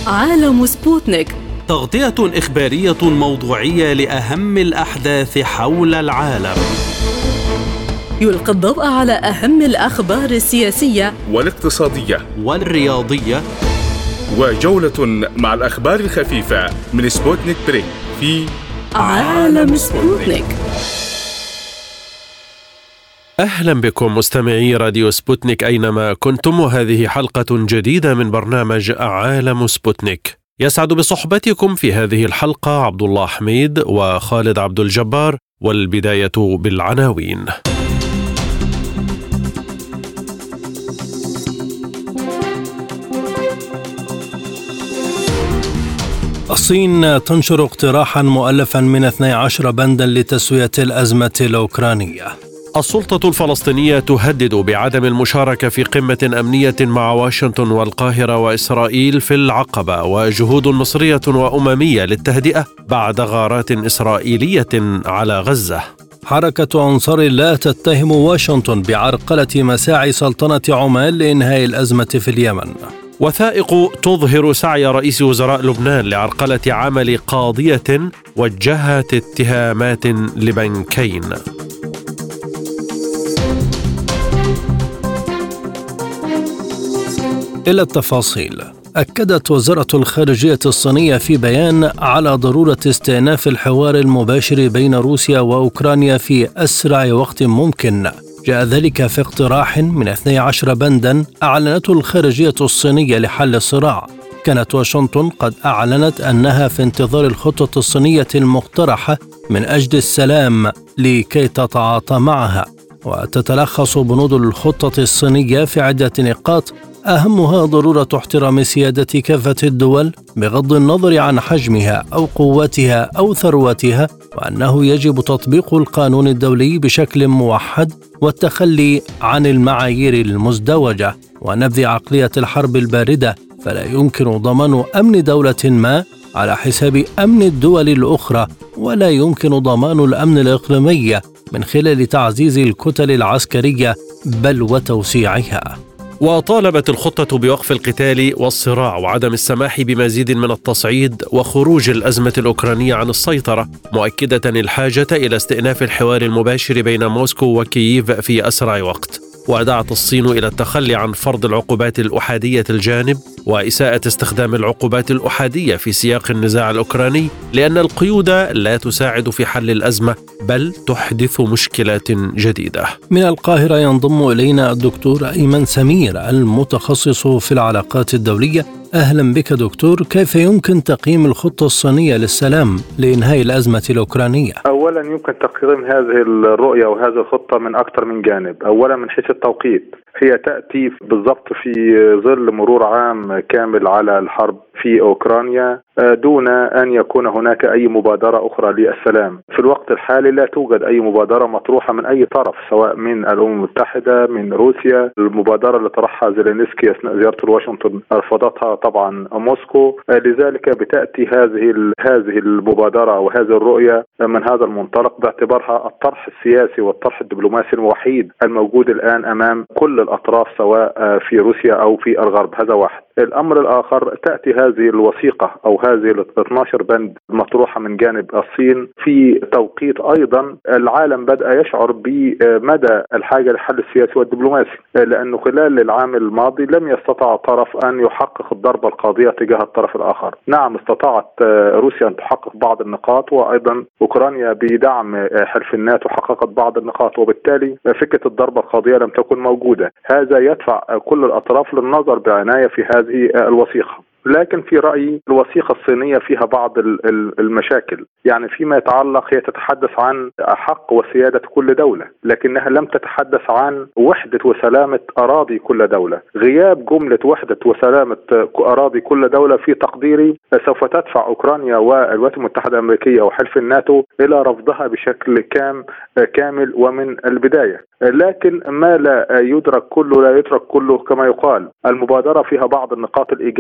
عالم سبوتنيك، تغطية إخبارية موضوعية لأهم الأحداث حول العالم. يلقي الضوء على أهم الأخبار السياسية والاقتصادية والرياضية، وجولة مع الأخبار الخفيفة من سبوتنيك بريك في عالم سبوتنيك. أهلا بكم مستمعي راديو سبوتنيك أينما كنتم، وهذه حلقة جديدة من برنامج عالم سبوتنيك. يسعد بصحبتكم في هذه الحلقة عبد الله حميد وخالد عبد الجبار، والبداية بالعناوين. الصين تنشر اقتراحا مؤلفا من 12 بندا لتسوية الأزمة الأوكرانية. السلطة الفلسطينية تهدد بعدم المشاركة في قمة أمنية مع واشنطن والقاهرة وإسرائيل في العقبة، وجهود مصرية وأممية للتهدئة بعد غارات إسرائيلية على غزة. حركة أنصار الله تتهم واشنطن بعرقلة مساعي سلطنة عمان لإنهاء الأزمة في اليمن. وثائق تظهر سعي رئيس وزراء لبنان لعرقلة عمل قاضية وجهت اتهامات لبنكين. إلى التفاصيل. أكدت وزارة الخارجية الصينية في بيان على ضرورة استئناف الحوار المباشر بين روسيا وأوكرانيا في أسرع وقت ممكن. جاء ذلك في اقتراح من 12 بندا أعلنته الخارجية الصينية لحل الصراع. كانت واشنطن قد أعلنت أنها في انتظار الخطة الصينية المقترحة من أجل السلام لكي تتعاطى معها، وتتلخص بنود الخطة الصينية في عدة نقاط، أهمها ضرورة احترام سيادة كافة الدول بغض النظر عن حجمها أو قوتها أو ثروتها، وأنه يجب تطبيق القانون الدولي بشكل موحد والتخلي عن المعايير المزدوجة ونبذ عقلية الحرب الباردة، فلا يمكن ضمان أمن دولة ما على حساب أمن الدول الأخرى، ولا يمكن ضمان الأمن الإقليمي من خلال تعزيز الكتل العسكرية بل وتوسيعها. وطالبت الخطة بوقف القتال والصراع وعدم السماح بمزيد من التصعيد وخروج الأزمة الأوكرانية عن السيطرة، مؤكدة الحاجة إلى استئناف الحوار المباشر بين موسكو وكييف في أسرع وقت. ودعت الصين إلى التخلي عن فرض العقوبات الأحادية الجانب وإساءة استخدام العقوبات الأحادية في سياق النزاع الأوكراني، لأن القيود لا تساعد في حل الأزمة بل تحدث مشكلات جديدة. من القاهرة ينضم إلينا الدكتور أيمن سمير المتخصص في العلاقات الدولية. أهلا بك دكتور. كيف يمكن تقييم الخطة الصينية للسلام لإنهاء الأزمة الأوكرانية؟ أولا يمكن تقييم هذه الرؤية وهذه الخطة من أكثر من جانب. أولا من حيث التوقيت، هي تأتي بالضبط في ظل مرور عام كامل على الحرب في أوكرانيا دون أن يكون هناك أي مبادرة أخرى للسلام. في الوقت الحالي لا توجد أي مبادرة مطروحة من أي طرف، سواء من الأمم المتحدة، من روسيا. المبادرة اللي طرحها زيلينسكي أثناء زيارته لواشنطن رفضتها طبعا موسكو. لذلك بتأتي هذه المبادرة وهذه الرؤية من هذا المنطلق، باعتبارها الطرح السياسي والطرح الدبلوماسي الوحيد الموجود الآن أمام كل الأطراف سواء في روسيا أو في الغرب. هذا واحد. الأمر الآخر، تأتي هذه الوثيقة أو هذه 12 بند مطروحة من جانب الصين في توقيت أيضا العالم بدأ يشعر بمدى الحاجة للحل السياسي والدبلوماسي، لأنه خلال العام الماضي لم يستطع طرف أن يحقق الضربة القاضية تجاه الطرف الآخر. نعم، استطاعت روسيا أن تحقق بعض النقاط، وأيضا أوكرانيا بدعم حلف الناتو حققت بعض النقاط، وبالتالي فكرة الضربة القاضية لم تكن موجودة. هذا يدفع كل الأطراف للنظر بعناية في هذه الوثيقة. لكن في رأيي الوثيقة الصينية فيها بعض المشاكل، يعني فيما يتعلق هي تتحدث عن حق وسيادة كل دولة، لكنها لم تتحدث عن وحدة وسلامة أراضي كل دولة. غياب جملة وحدة وسلامة أراضي كل دولة في تقديري سوف تدفع أوكرانيا والولايات المتحدة الأمريكية وحلف الناتو إلى رفضها بشكل كامل ومن البداية. لكن ما لا يدرك كله لا يترك كله كما يقال. المبادرة فيها بعض النقاط الإيجابية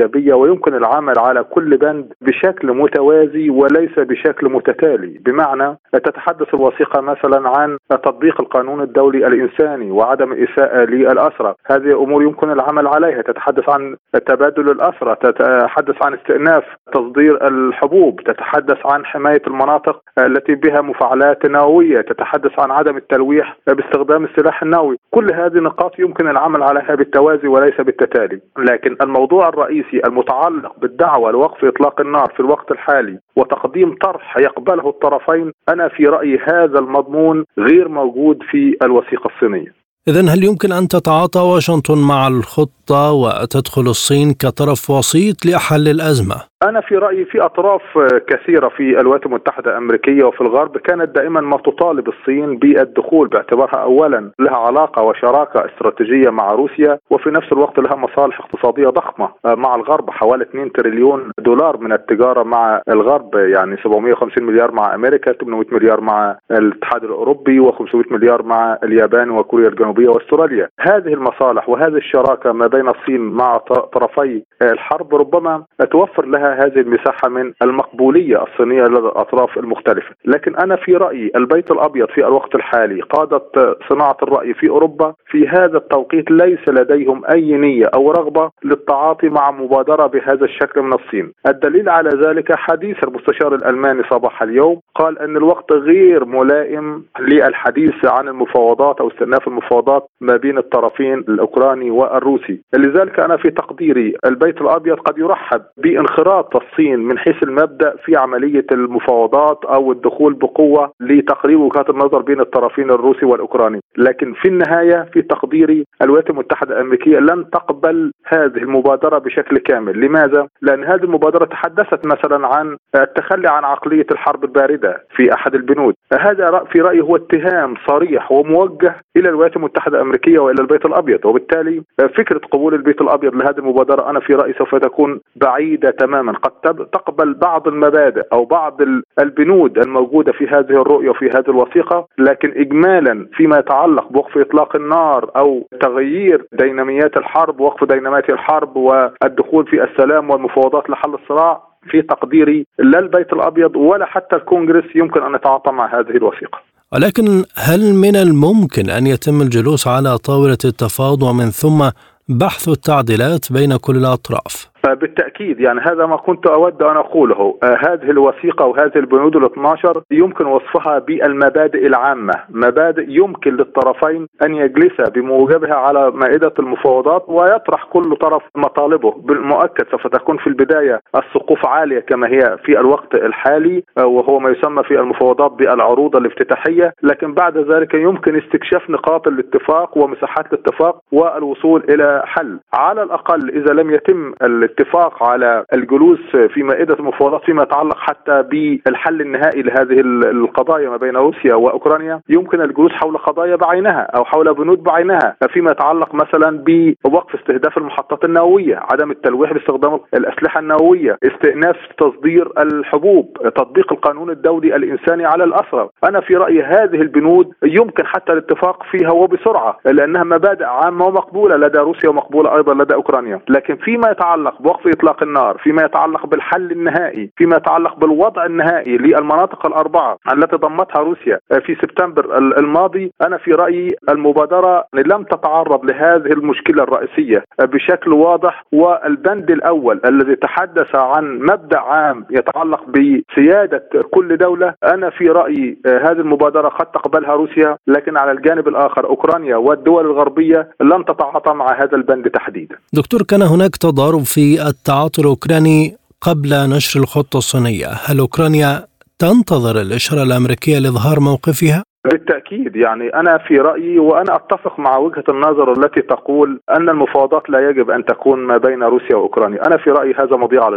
ويمكن العمل على كل بند بشكل متوازي وليس بشكل متتالي. بمعنى تتحدث الوثيقة مثلا عن تطبيق القانون الدولي الإنساني وعدم الإساءة للأسرى، هذه أمور يمكن العمل عليها. تتحدث عن تبادل الأسرى، تتحدث عن استئناف تصدير الحبوب، تتحدث عن حماية المناطق التي بها مفاعلات نووية، تتحدث عن عدم التلويح باستخدام السلاح النووي. كل هذه نقاط يمكن العمل عليها بالتوازي وليس بالتتالي. لكن الموضوع الرئيسي المتعلق بالدعوة لوقف إطلاق النار في الوقت الحالي وتقديم طرح يقبله الطرفين، أنا في رأيي هذا المضمون غير موجود في الوثيقة الصينية. إذن هل يمكن أن تتعاطى واشنطن مع الخطة وتدخل الصين كطرف وسيط لحل الأزمة؟ أنا في رأيي في أطراف كثيرة في الولايات المتحدة الأمريكية وفي الغرب كانت دائما ما تطالب الصين بالدخول باعتبارها أولا لها علاقة وشراكة استراتيجية مع روسيا، وفي نفس الوقت لها مصالح اقتصادية ضخمة مع الغرب، حوالي 2 تريليون دولار من التجارة مع الغرب، يعني 750 مليار مع أمريكا، 800 مليار مع الاتحاد الأوروبي، و500 مليار مع اليابان وكوريا الجنوبية واستراليا. هذه المصالح وهذه الشراكة ما بين الصين مع طرفي الحرب ربما توفر لها هذه المساحة من المقبولية الصينية لدى الأطراف المختلفة. لكن أنا في رأيي البيت الأبيض في الوقت الحالي، قادة صناعة الرأي في أوروبا في هذا التوقيت ليس لديهم أي نية أو رغبة للتعاطي مع مبادرة بهذا الشكل من الصين. الدليل على ذلك حديث المستشار الألماني صباح اليوم، قال أن الوقت غير ملائم للحديث عن المفاوضات أو استئناف المفاوضات ما بين الطرفين الأوكراني والروسي. لذلك أنا في تقديري البيت الأبيض قد يرحب بانخراط الصين من حيث المبدأ في عملية المفاوضات أو الدخول بقوة لتقريب وجهات النظر بين الطرفين الروسي والأوكراني، لكن في النهاية في تقديري الولايات المتحدة الأمريكية لن تقبل هذه المبادرة بشكل كامل. لماذا؟ لأن هذه المبادرة تحدثت مثلا عن التخلي عن عقلية الحرب الباردة في أحد البنود. هذا في رأيي هو اتهام صريح وموجه إلى الولايات المتحدة الأمريكية وإلى البيت الأبيض، وبالتالي فكرة قبول البيت الأبيض لهذه المبادرة أنا في رأيي سوف تكون بعيدة تماما. قد تقبل بعض المبادئ أو بعض البنود الموجودة في هذه الرؤية وفي هذه الوثيقة، لكن إجمالا فيما يتعلق بوقف إطلاق النار أو تغيير ديناميات الحرب، وقف ديناميات الحرب والدخول في السلام والمفاوضات لحل الصراع، في تقديري لا البيت الأبيض ولا حتى الكونغرس يمكن أن يتعاطى مع هذه الوثيقة. ولكن هل من الممكن أن يتم الجلوس على طاولة التفاوض ومن ثم بحث التعديلات بين كل الأطراف؟ بالتأكيد، يعني هذا ما كنت أود أن أقوله. هذه الوثيقة وهذه البنود 12 يمكن وصفها بالمبادئ العامة، مبادئ يمكن للطرفين أن يجلسا بموجبها على مائدة المفاوضات ويطرح كل طرف مطالبه. بالمؤكد سوف تكون في البداية السقوف عالية كما هي في الوقت الحالي، وهو ما يسمى في المفاوضات بالعروض الافتتاحية، لكن بعد ذلك يمكن استكشاف نقاط الاتفاق ومساحات الاتفاق والوصول إلى حل. على الأقل إذا لم يتم الاتفاق على الجلوس في مائدة المفاوضات فيما يتعلق حتى بالحل النهائي لهذه القضايا ما بين روسيا وأوكرانيا، يمكن الجلوس حول قضايا بعينها أو حول بنود بعينها فيما يتعلق مثلا بوقف استهداف المحطات النووية، عدم التلويح باستخدام الأسلحة النووية، استئناف تصدير الحبوب، تطبيق القانون الدولي الإنساني على الأسرى. أنا في رأيي هذه البنود يمكن حتى الاتفاق فيها وبسرعة، لأنها مبادئ عامة ومقبولة لدى روسيا ومقبولة أيضا لدى أوكرانيا. لكن فيما يتعلق بوقف إطلاق النار، فيما يتعلق بالحل النهائي، فيما يتعلق بالوضع النهائي للمناطق الأربعة التي ضمتها روسيا في سبتمبر الماضي، أنا في رأيي المبادرة لم تتعرض لهذه المشكلة الرئيسية بشكل واضح. والبند الأول الذي تحدث عن مبدأ عام يتعلق بسيادة كل دولة، أنا في رأيي هذه المبادرة قد تقبلها روسيا، لكن على الجانب الآخر أوكرانيا والدول الغربية لن تتعاطى مع هذا البند تحديدا. دكتور، كان هناك تضارب في التعاطي الأوكراني قبل نشر الخطة الصينية، هل أوكرانيا تنتظر الإشارة الأمريكية لإظهار موقفها؟ بالتأكيد، يعني أنا في رأيي وأنا أتفق مع وجهة النظر التي تقول أن المفاوضات لا يجب أن تكون ما بين روسيا وأوكرانيا. أنا في رأيي هذا مضيعة للوقت.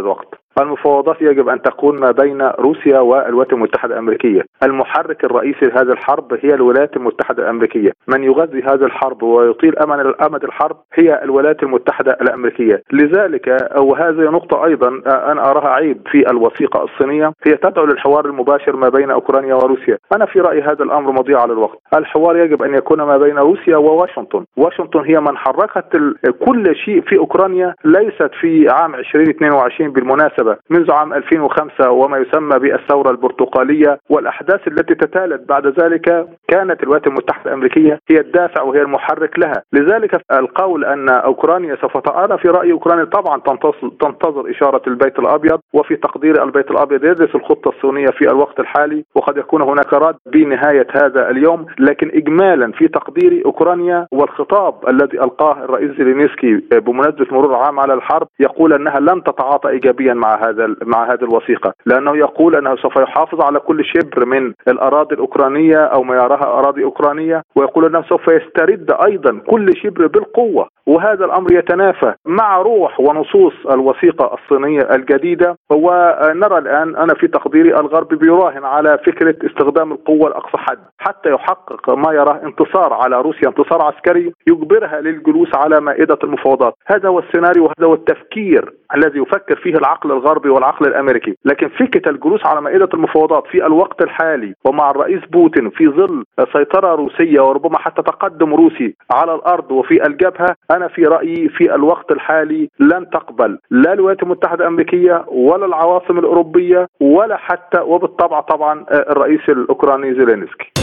المفاوضات يجب أن تكون ما بين روسيا والولايات المتحدة الأمريكية. المحرك الرئيسي لهذه الحرب هي الولايات المتحدة الأمريكية. من يغذي هذه الحرب ويطيل أمد الحرب هي الولايات المتحدة الأمريكية. لذلك وهذه نقطة أيضا أنا أراها عيب في الوثيقة الصينية، هي تدعو للحوار المباشر ما بين أوكرانيا وروسيا. أنا في رأيي هذا الأمر مضيعة للوقت. الحوار يجب أن يكون ما بين روسيا وواشنطن. واشنطن هي من حركت كل شيء في أوكرانيا، ليست في عام 2022 بالمناسبة، منذ عام 2005 وما يسمى بالثورة البرتقالية والأحداث التي تتالت بعد ذلك، كانت الولايات المتحدة الأمريكية هي الدافع وهي المحرك لها. لذلك القول أن أوكرانيا سوف أنا في رأيي أوكرانيا طبعا تنتظر إشارة البيت الأبيض، وفي تقدير البيت الأبيض يدرس الخطة الصينية في الوقت الحالي، وقد يكون هناك رد بنهاية هذا اليوم. لكن إجمالا في تقديري أوكرانيا والخطاب الذي ألقاه الرئيس زيلينسكي بمناسبة مرور عام على الحرب يقول أنها لن تتعاطى إيجابيا مع هذه الوثيقة، لأنه يقول أنه سوف يحافظ على كل شبر من الأراضي الأوكرانية أو ما يراها أراضي أوكرانية، ويقول أنه سوف يسترد أيضا كل شبر بالقوة. وهذا الأمر يتنافى مع روح ونصوص الوثيقة الصينية الجديدة. ونرى الآن أنا في تقديري الغرب بيراهن على فكرة استخدام القوة لأقصى حد حتى يحقق ما يراه انتصار على روسيا، انتصار عسكري يجبرها للجلوس على مائدة المفاوضات. هذا هو السيناريو وهذا هو التفكير الذي يفكر فيه العقل الغربي والعقل الأمريكي. لكن فكرة الجلوس على مائدة المفاوضات في الوقت الحالي ومع الرئيس بوتين في ظل سيطرة روسية وربما حتى تقدم روسي على الأرض وفي الجبهة، أنا في رأيي في الوقت الحالي لن تقبل لا الولايات المتحدة الأمريكية ولا العواصم الأوروبية ولا حتى وبالطبع طبعا الرئيس الأوكراني زيلينسكي.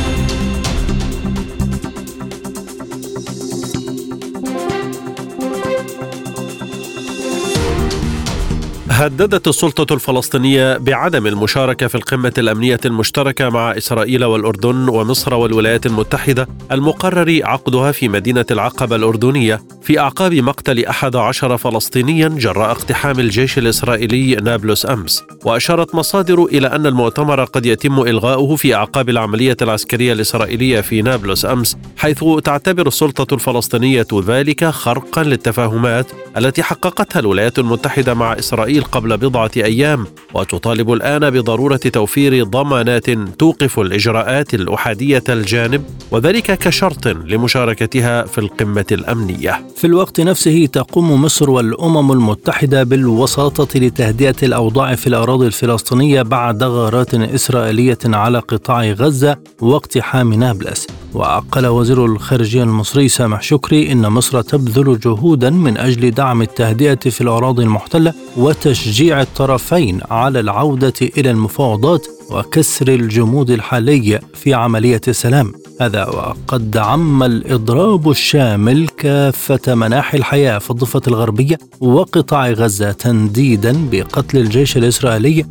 هددت السلطة الفلسطينية بعدم المشاركة في القمة الأمنية المشتركة مع إسرائيل والأردن ومصر والولايات المتحدة المقرر عقدها في مدينة العقبة الأردنية في أعقاب مقتل 11 فلسطينيا جراء اقتحام الجيش الإسرائيلي نابلس أمس. وأشارت مصادر إلى أن المؤتمر قد يتم إلغاؤه في أعقاب العملية العسكرية الإسرائيلية في نابلس أمس، حيث تعتبر السلطة الفلسطينية ذلك خرقا للتفاهمات التي حققتها الولايات المتحدة مع إسرائيل قبل بضعة أيام، وتطالب الآن بضرورة توفير ضمانات توقف الإجراءات الأحادية الجانب، وذلك كشرط لمشاركتها في القمة الأمنية. في الوقت نفسه تقوم مصر والأمم المتحدة بالوساطة لتهدئة الأوضاع في الأراضي الفلسطينية بعد غارات إسرائيلية على قطاع غزة واقتحام نابلس. وقال وزير الخارجية المصري سامح شكري إن مصر تبذل جهودا من أجل دعم التهدئة في الأراضي المحتلة وتشجيع الطرفين على العودة إلى المفاوضات وكسر الجمود الحالي في عملية السلام. هذا وقد عم الإضراب الشامل كافة مناحي الحياة في الضفة الغربية وقطاع غزة، تنديدا بقتل الجيش الإسرائيلي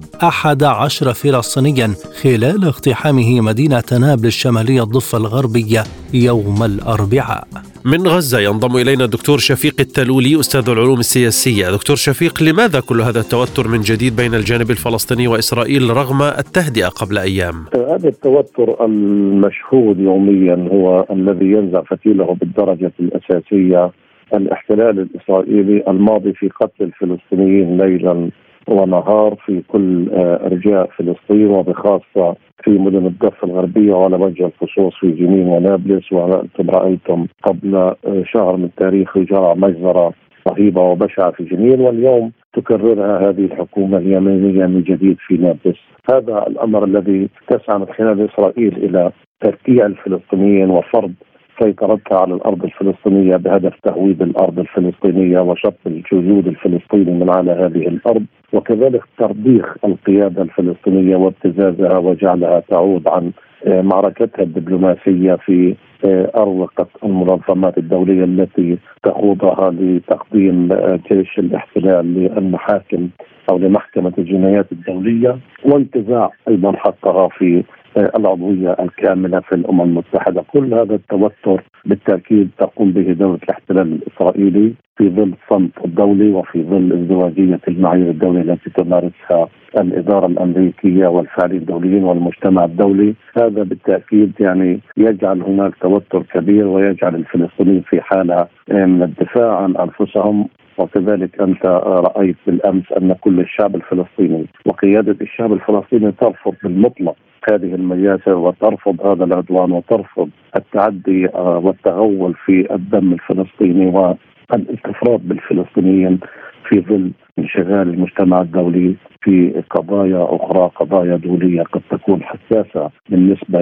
11 فلسطينيا خلال اقتحامه مدينة نابلس الشمالية الضفة الغربية يوم الأربعاء. من غزة ينضم إلينا الدكتور شفيق التلولي أستاذ العلوم السياسية. دكتور شفيق، لماذا كل هذا التوتر من جديد بين الجانب الفلسطيني وإسرائيل رغم التهدئة قبل أيام؟ هذا التوتر المشهود يوميا هو الذي ينزع فتيله بالدرجة الأساسية الاحتلال الإسرائيلي الماضي في قتل الفلسطينيين ليلا ونهار في كل أرجاء فلسطين، وبخاصة في مدن الضفة الغربية وعلى وجه الخصوص في جنين ونابلس. وأنتم رأيتم قبل شهر من تاريخ جرى مجزرة رهيبة وبشعة في جنين، واليوم تكررها هذه الحكومة اليمنية من جديد في نابلس. هذا الأمر الذي تسعى من خلال إسرائيل إلى تركيع الفلسطينيين وفرض سيطرتها على الأرض الفلسطينية بهدف تهويد الأرض الفلسطينية وشط الجهود الفلسطيني من على هذه الأرض، وكذلك ترضيخ القيادة الفلسطينية وابتزازها وجعلها تعود عن معركتها الدبلوماسية في أروقة المنظمات الدولية التي تخوضها لتقديم جيش الاحتلال للمحاكم أو لمحكمة الجنايات الدولية، وانتزاع أيضا حقها في العضوية الكاملة في الأمم المتحدة. كل هذا التوتر بالتأكيد تقوم به دولة الاحتلال الإسرائيلي في ظل الصمت الدولي وفي ظل ازدواجية المعايير الدولية التي تمارسها الإدارة الأمريكية والفاعلين الدوليين والمجتمع الدولي. هذا بالتأكيد يجعل هناك توتر كبير ويجعل الفلسطينيين في حالة من الدفاع عن أنفسهم وكذلك أنت رأيت بالأمس أن كل الشعب الفلسطيني وقيادة الشعب الفلسطيني ترفض بالمطلق هذه المياسر وترفض هذا العدوان وترفض التعدي والتغول في الدم الفلسطيني والاستفراط بالفلسطينيين في ظل انشغال المجتمع الدولي في قضايا أخرى، قضايا دولية قد تكون حساسة بالنسبة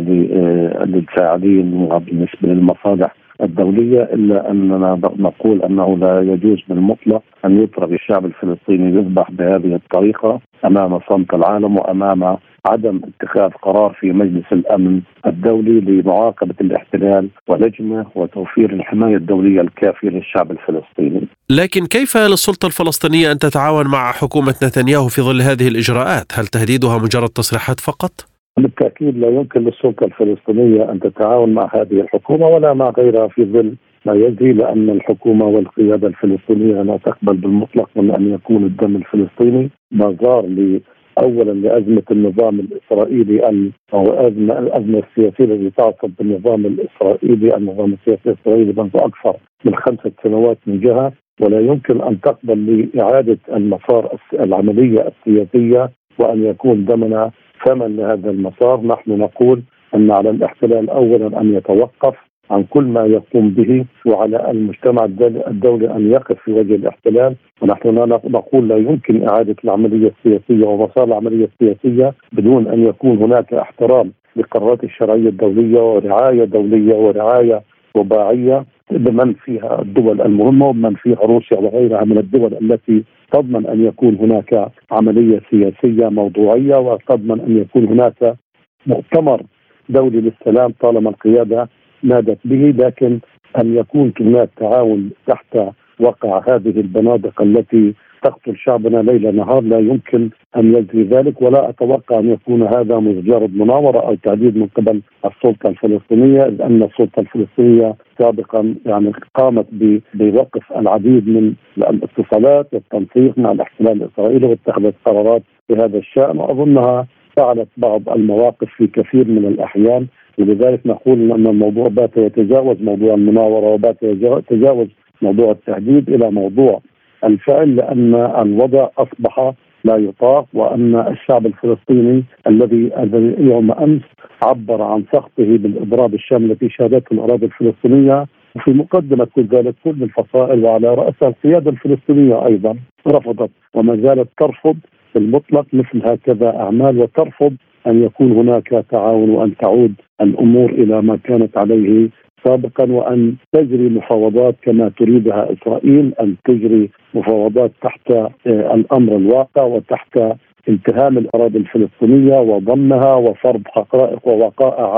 للفاعلين وبالنسبة للمصالح الدولية، إلا أننا نقول أنه لا يجوز بالمطلق أن يترك الشعب الفلسطيني يذبح بهذه الطريقة أمام صمت العالم وأمام عدم اتخاذ قرار في مجلس الأمن الدولي لمعاقبة الاحتلال ولجنة وتوفير الحماية الدولية الكافية للشعب الفلسطيني. لكن كيف للسلطة الفلسطينية أن تتعاون مع حكومة نتنياهو في ظل هذه الإجراءات؟ هل تهديدها مجرد تصريحات فقط؟ بالتأكيد لا يمكن للسلطة الفلسطينية أن تتعاون مع هذه الحكومة ولا مع غيرها في ظل ما يجري، لأن الحكومة والقيادة الفلسطينية لا تقبل بالمطلق من أن يكون الدم الفلسطيني مظهر أولا لأزمة النظام الإسرائيلي أو الأزمة السياسية التي تعصب بالنظام الإسرائيلي، النظام السياسي الإسرائيلي منذ أكثر من 5 سنوات من جهة، ولا يمكن أن تقبل لإعادة المسار العملية السياسية وأن يكون دمنا ثمن لهذا المسار. نحن نقول أن على الاحتلال أولا أن يتوقف عن كل ما يقوم به، وعلى المجتمع الدولي أن يقف في وجه الاحتلال، ونحن نقول لا يمكن إعادة العملية السياسية ومسار العملية السياسية بدون أن يكون هناك احترام لقرارات الشرعية الدولية ورعاية دولية ورعاية رباعية بمن فيها الدول المهمة ومن فيها روسيا وغيرها من الدول التي تضمن أن يكون هناك عملية سياسية موضوعية، وتضمن أن يكون هناك مؤتمر دولي للسلام طالما القيادة نادت به، لكن أن يكون هناك تعاون تحت وقع هذه البنادق التي تقتل شعبنا ليل نهار لا يمكن أن يجري ذلك، ولا أتوقع أن يكون هذا مجرد مناورة أو تهديد من قبل السلطة الفلسطينية، لأن السلطة الفلسطينية سابقا قامت بوقف العديد من الاتصالات والتنسيق مع الاحتلال الإسرائيلي واتخذت قرارات بهذا الشأن، وأظنها فعلت بعض المواقف في كثير من الأحيان، ولذلك نقول أن الموضوع بات يتجاوز موضوع المناورة وبات يتجاوز موضوع التهديد إلى موضوع الفعل، لأن الوضع أصبح لا يطاق، وأن الشعب الفلسطيني الذي يوم أمس عبر عن سخطه بالإضراب الشامل التي شهدته الأراضي الفلسطينية، وفي مقدمة كل ذلك كل الفصائل وعلى رأسها القيادة الفلسطينية أيضا رفضت وما زالت ترفض بالمطلق مثل هكذا أعمال، وترفض أن يكون هناك تعاون وأن تعود الأمور إلى ما كانت عليه سابقا، وأن تجري مفاوضات كما تريدها إسرائيل، أن تجري مفاوضات تحت الأمر الواقع وتحت التهام الأراضي الفلسطينية وضمنها وفرض حقائق ووقائع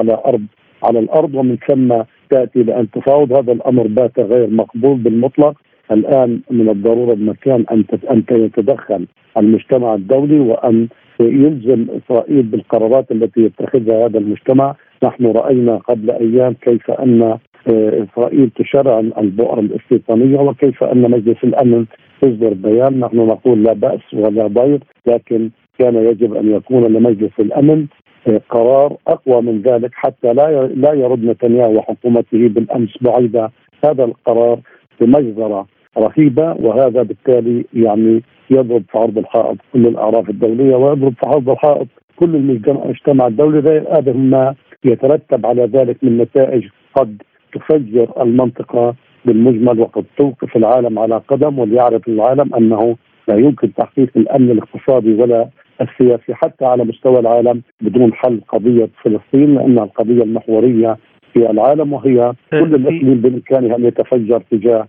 على الأرض، ومن ثم تأتي لأن تفاوض. هذا الأمر بات غير مقبول بالمطلق. الآن من الضرورة بمكان أن يتدخل المجتمع الدولي وأن يلزم إسرائيل بالقرارات التي يتخذها هذا المجتمع. نحن رأينا قبل أيام كيف أن إسرائيل تشرع البؤر الاستيطانية وكيف أن مجلس الأمن يصدر بيان. نحن نقول لا بأس ولا ضير، لكن كان يجب أن يكون لمجلس الأمن قرار أقوى من ذلك حتى لا يرد نتنياهو وحكومته بالأمس بعيدة هذا القرار بمجزرة رهيبة، وهذا بالتالي يعني يضرب في عرض الحائط كل الأعراف الدولية ويضرب في عرض الحائط كل المجتمع الدولي، غير هذا ما يترتب على ذلك من نتائج قد تفجر المنطقة بالمجمل وقد توقف العالم على قدم، وليعرف العالم أنه لا يمكن تحقيق الأمن الاقتصادي ولا السياسي حتى على مستوى العالم بدون حل قضية فلسطين، لأنها القضية المحورية في العالم، وهي كل الإقليم بإمكانها أن يتفجر تجاه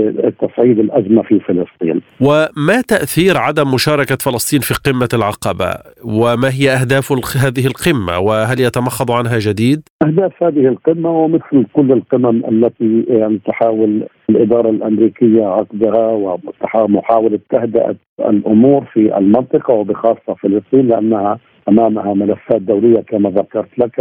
تصعيد الأزمة في فلسطين. وما تأثير عدم مشاركة فلسطين في قمة العقبة؟ وما هي أهداف هذه القمة؟ وهل يتمخض عنها جديد؟ أهداف هذه القمة ومثل كل القمم التي تحاول الإدارة الأمريكية عقدها ومحاولة تهدئة الأمور في المنطقة وبخاصة فلسطين، لأنها أمامها ملفات دولية كما ذكرت لك،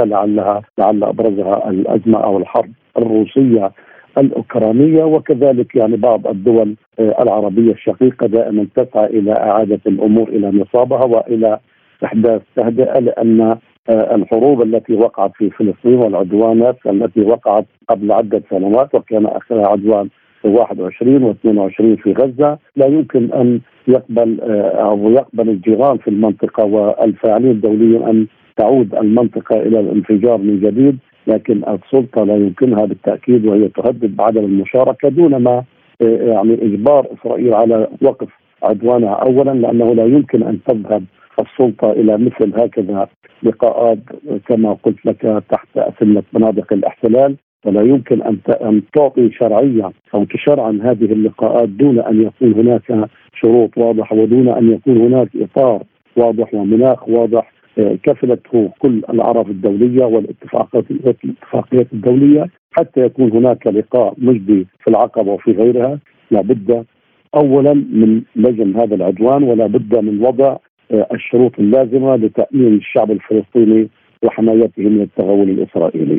لعل أبرزها الأزمة أو الحرب الروسية الأوكرانية، وكذلك يعني بعض الدول العربية الشقيقة دائما تسعى إلى إعادة الأمور إلى نصابها وإلى إحداث تهدئة، لأن الحروب التي وقعت في فلسطين والعدوانات التي وقعت قبل عدة سنوات وكان آخرها عدوان 21 و22 في غزة. لا يمكن أن يقبل أو يقبل الجيران في المنطقة والفاعلين الدوليين أن تعود المنطقة إلى الانفجار من جديد، لكن السلطة لا يمكنها بالتأكيد، وهي تهدد بعدم المشاركة دون ما يعني إجبار إسرائيل على وقف عدوانها أولا، لأنه لا يمكن أن تذهب السلطة إلى مثل هكذا لقاءات كما قلت لك تحت أسلة مناطق الاحتلال، ولا يمكن أن تعطي شرعية أو تشرعن هذه اللقاءات دون أن يكون هناك شروط واضحة ودون أن يكون هناك إطار واضح ومناخ واضح كفلته كل الأعراف الدولية والاتفاقيات الدولية حتى يكون هناك لقاء مجدي في العقبة وفي غيرها. لابد أولا من لجم هذا العدوان، ولا بد من وضع الشروط اللازمة لتأمين الشعب الفلسطيني وحمايته من التغول الإسرائيلي.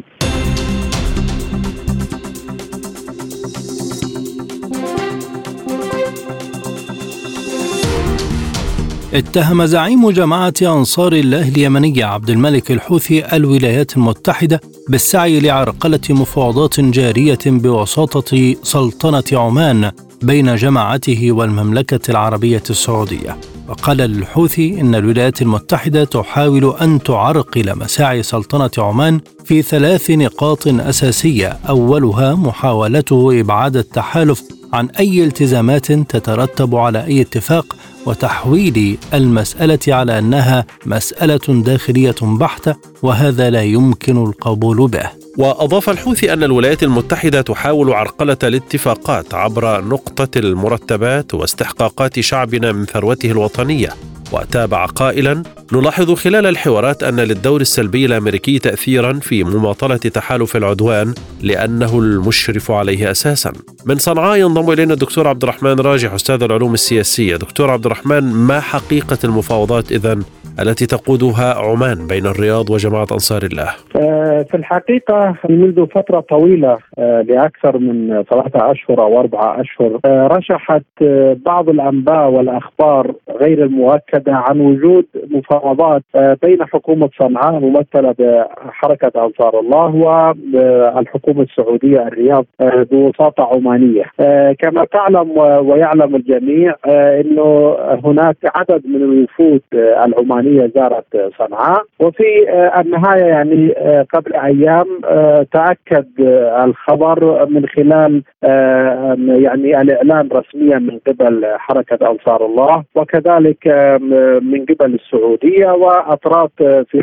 اتهم زعيم جماعة أنصار الله اليمنية عبد الملك الحوثي الولايات المتحدة بالسعي لعرقلة مفاوضات جارية بوساطة سلطنة عمان بين جماعته والمملكة العربية السعودية. وقال الحوثي إن الولايات المتحدة تحاول أن تعرقل مساعي سلطنة عمان في 3 نقاط أساسية، أولها محاولته إبعاد التحالف عن أي التزامات تترتب على أي اتفاق، وتحويل المسألة على أنها مسألة داخلية بحتة، وهذا لا يمكن القبول به. وأضاف الحوثي أن الولايات المتحدة تحاول عرقلة الاتفاقات عبر نقطة المرتبات واستحقاقات شعبنا من ثروته الوطنية، وتابع قائلا: نلاحظ خلال الحوارات أن للدور السلبي الأمريكي تأثيرا في مماطلة تحالف العدوان لأنه المشرف عليه أساسا. من صنعاء ينضم إلينا الدكتور عبد الرحمن راجح أستاذ العلوم السياسية. دكتور عبد الرحمن، ما حقيقة المفاوضات إذن التي تقودها عمان بين الرياض وجماعة أنصار الله؟ في الحقيقة منذ فترة طويلة لأكثر من 3 أشهر أو 4 أشهر رشحت بعض الأنباء والأخبار غير المؤكدة عن وجود مفاوضات بين حكومة صنعاء ممثلة بحركة أنصار الله والحكومة السعودية الرياض بوساطة عمانية. كما تعلم ويعلم الجميع أنه هناك عدد من الوفود العمانية زارت صنعاء، وفي النهاية يعني قبل أيام تأكد الخبر من خلال يعني الإعلان رسميا من قبل حركة أنصار الله، وكذلك من قبل السعودية وأطراف في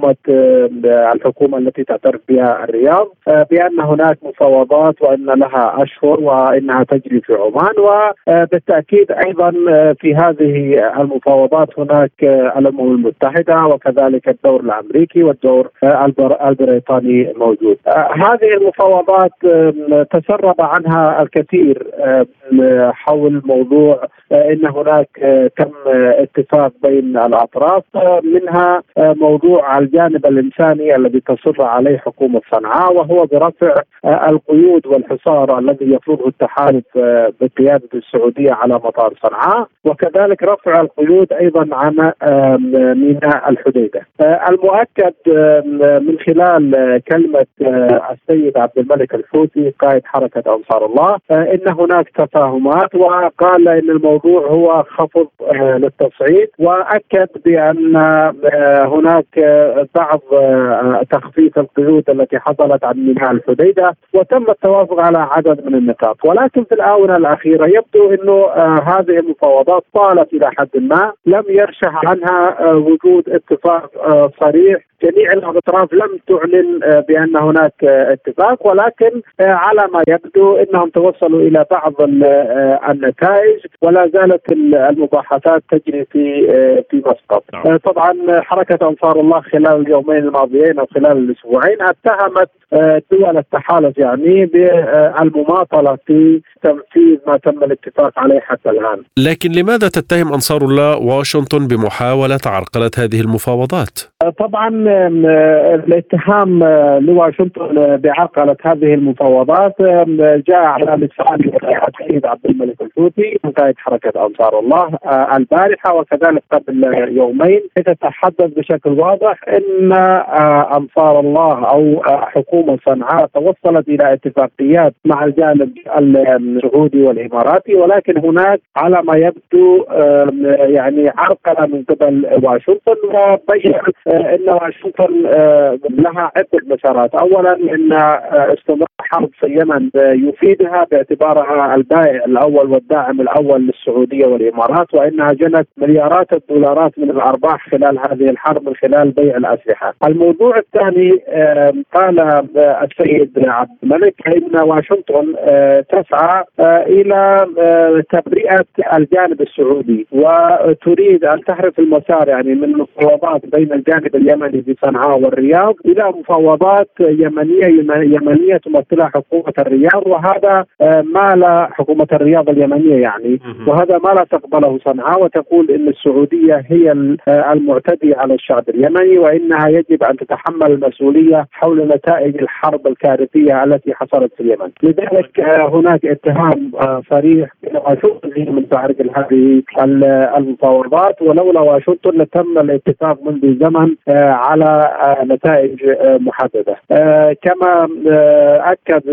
الحكومة التي تعترف بها الرياض، بأن هناك مفاوضات وأن لها أشهر وأنها تجري في عمان. وبالتأكيد أيضا في هذه المفاوضات هناك الأمم المتحدة وكذلك الدور الأمريكي والدور البريطاني موجود. هذه المفاوضات تسرب عنها الكثير حول موضوع إن هناك تم اتفاق بين الأطراف، منها موضوع الجانب الإنساني الذي تصر عليه حكومة صنعاء، وهو برفع القيود والحصار الذي يفرضه التحالف بقيادة السعودية على مطار صنعاء، وكذلك رفع القيود أيضا عن ميناء الحديدة. المؤكد من خلال كلمة السيد عبد الملك الحوثي قائد حركة أنصار الله إن هناك تفاهمات، وقال إن الموضوع هو خفض للتصعيد، وأكد بأن هناك بعض تخفيف القيود التي حصلت عن ميناء الحديدة، وتم التوافق على عدد من النقاط. ولكن في الآونة الأخيرة يبدو أنه هذه المفاوضات طالت إلى حد ما، لم يرشح عنها وجود اتفاق صريح. جميع الأطراف لم تعلن بأن هناك اتفاق، ولكن على ما يبدو أنهم توصلوا إلى بعض النتائج، ولا زالت المباحثات تجري في مسقط. طبعا حركة أنصار الله خلال اليومين الماضيين أو خلال الأسبوعين اتهمت دول التحالف يعني بالمماطلة في تنفيذ ما تم الاتفاق عليه حتى الآن. لكن لماذا تتهم أنصار الله واشنطن بمحاولة عرقلة هذه المفاوضات؟ طبعا الاتهام لواشنطن بعرقلة هذه المفاوضات جاء على لسان السيد عبد الملك الحوثي قائد حركة أنصار الله البارحة، وكذلك قبل يومين تتحدث بشكل واضح أن أنصار الله أو حكومة صنعاء توصلت إلى اتفاقيات مع الجانب السعودي والإماراتي، ولكن هناك على ما يبدو يعني عرقلة من قبل واشنطن، وبين أن واشنطن لها عدة مسارات. أولا أن استمرار حرب في اليمن يفيدها باعتبارها البائع الأول والداعم الأول للسعودية والإمارات، وأنها جنت مليارات الدولارات من الأرباح خلال هذه الحرب من خلال بيع الأسلحة. الموضوع الثاني قال السيد عبد الملك أن واشنطن تسعى إلى تبرئة الجانب السعودي وتريد أن تحرف المسار يعني من مفاوضات بين الجانب اليمني في صنعاء والرياض إلى مفاوضات يمنية تمثلها حكومة الرياض، وهذا ما لا حكومة الرياض اليمنية يعني، وهذا ما لا تقبله صنعاء، وتقول إن السعودية هي المعتدية على الشعب اليمني، وإنها يجب أن تتحمل المسؤولية حول نتائج الحرب الكارثية التي حصلت في اليمن. لذلك هناك اتهام صريح بأن واشنطن من تعرق هذه المفاوضات، ولولا واشنطن لتم الاتفاق منذ زمن على نتائج محددة. كما أكد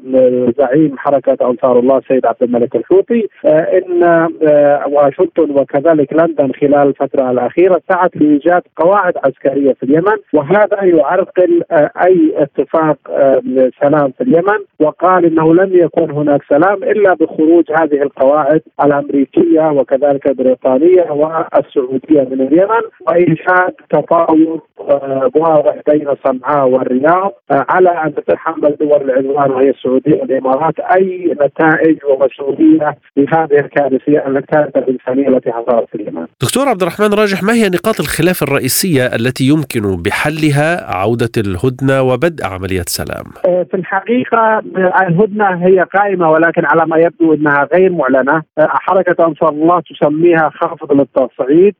زعيم حركة أنصار الله السيد عبد الملك الحوثي أن واشنطن وكذلك لندن خلال الفترة الأخيرة سعت لإيجاد قواعد عسكرية في اليمن، وهذا يعرقل أي اتفاق سلام في اليمن، وقال إنه لن يكون هناك سلام إلا بخروج هذه القواعد الأمريكية وكذلك البريطانية والسعودية من اليمن، وإنشاء تفاوض واضح بين صنعاء والرياض على أن تتحمل دول العدوان وهي السعودية والإمارات أي نتائج ومسؤولية لهذه الكارثة الإنسانية التي حصلت في اليمن. دكتور عبد الرحمن راجح، ما هي نقاط الخلاف الرئيسية التي يمكن بحلها عودة الهدنة وبدء عملية سلام؟ في الحقيقة الهدنة هي قائمة، ولكن على ما يبدو أنها غير معلنة. حركة أنصار الله تسميها خافض للتصعيد.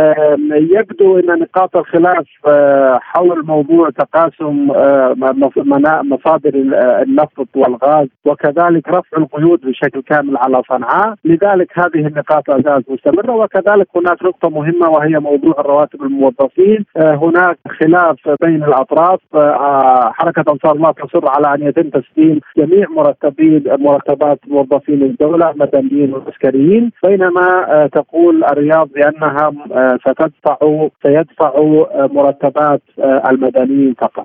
يبدو أن نقاط الخلاف حول موضوع تقاسم مصادر النفط والغاز وكذلك رفع القيود بشكل كامل على صنعاء، لذلك هذه النقاط لا زالت مستمرة. وكذلك هناك نقطة مهمة وهي موضوع الرواتب الموظفين. هناك خلاف بين الأطراف. حركة أنصار الله تصر على أن يتم تسليم جميع مرتبات موظفين الدولة مدنيين وعسكريين، بينما تقول الرياض بأنها سيدفع مرتبات المدنيين فقط.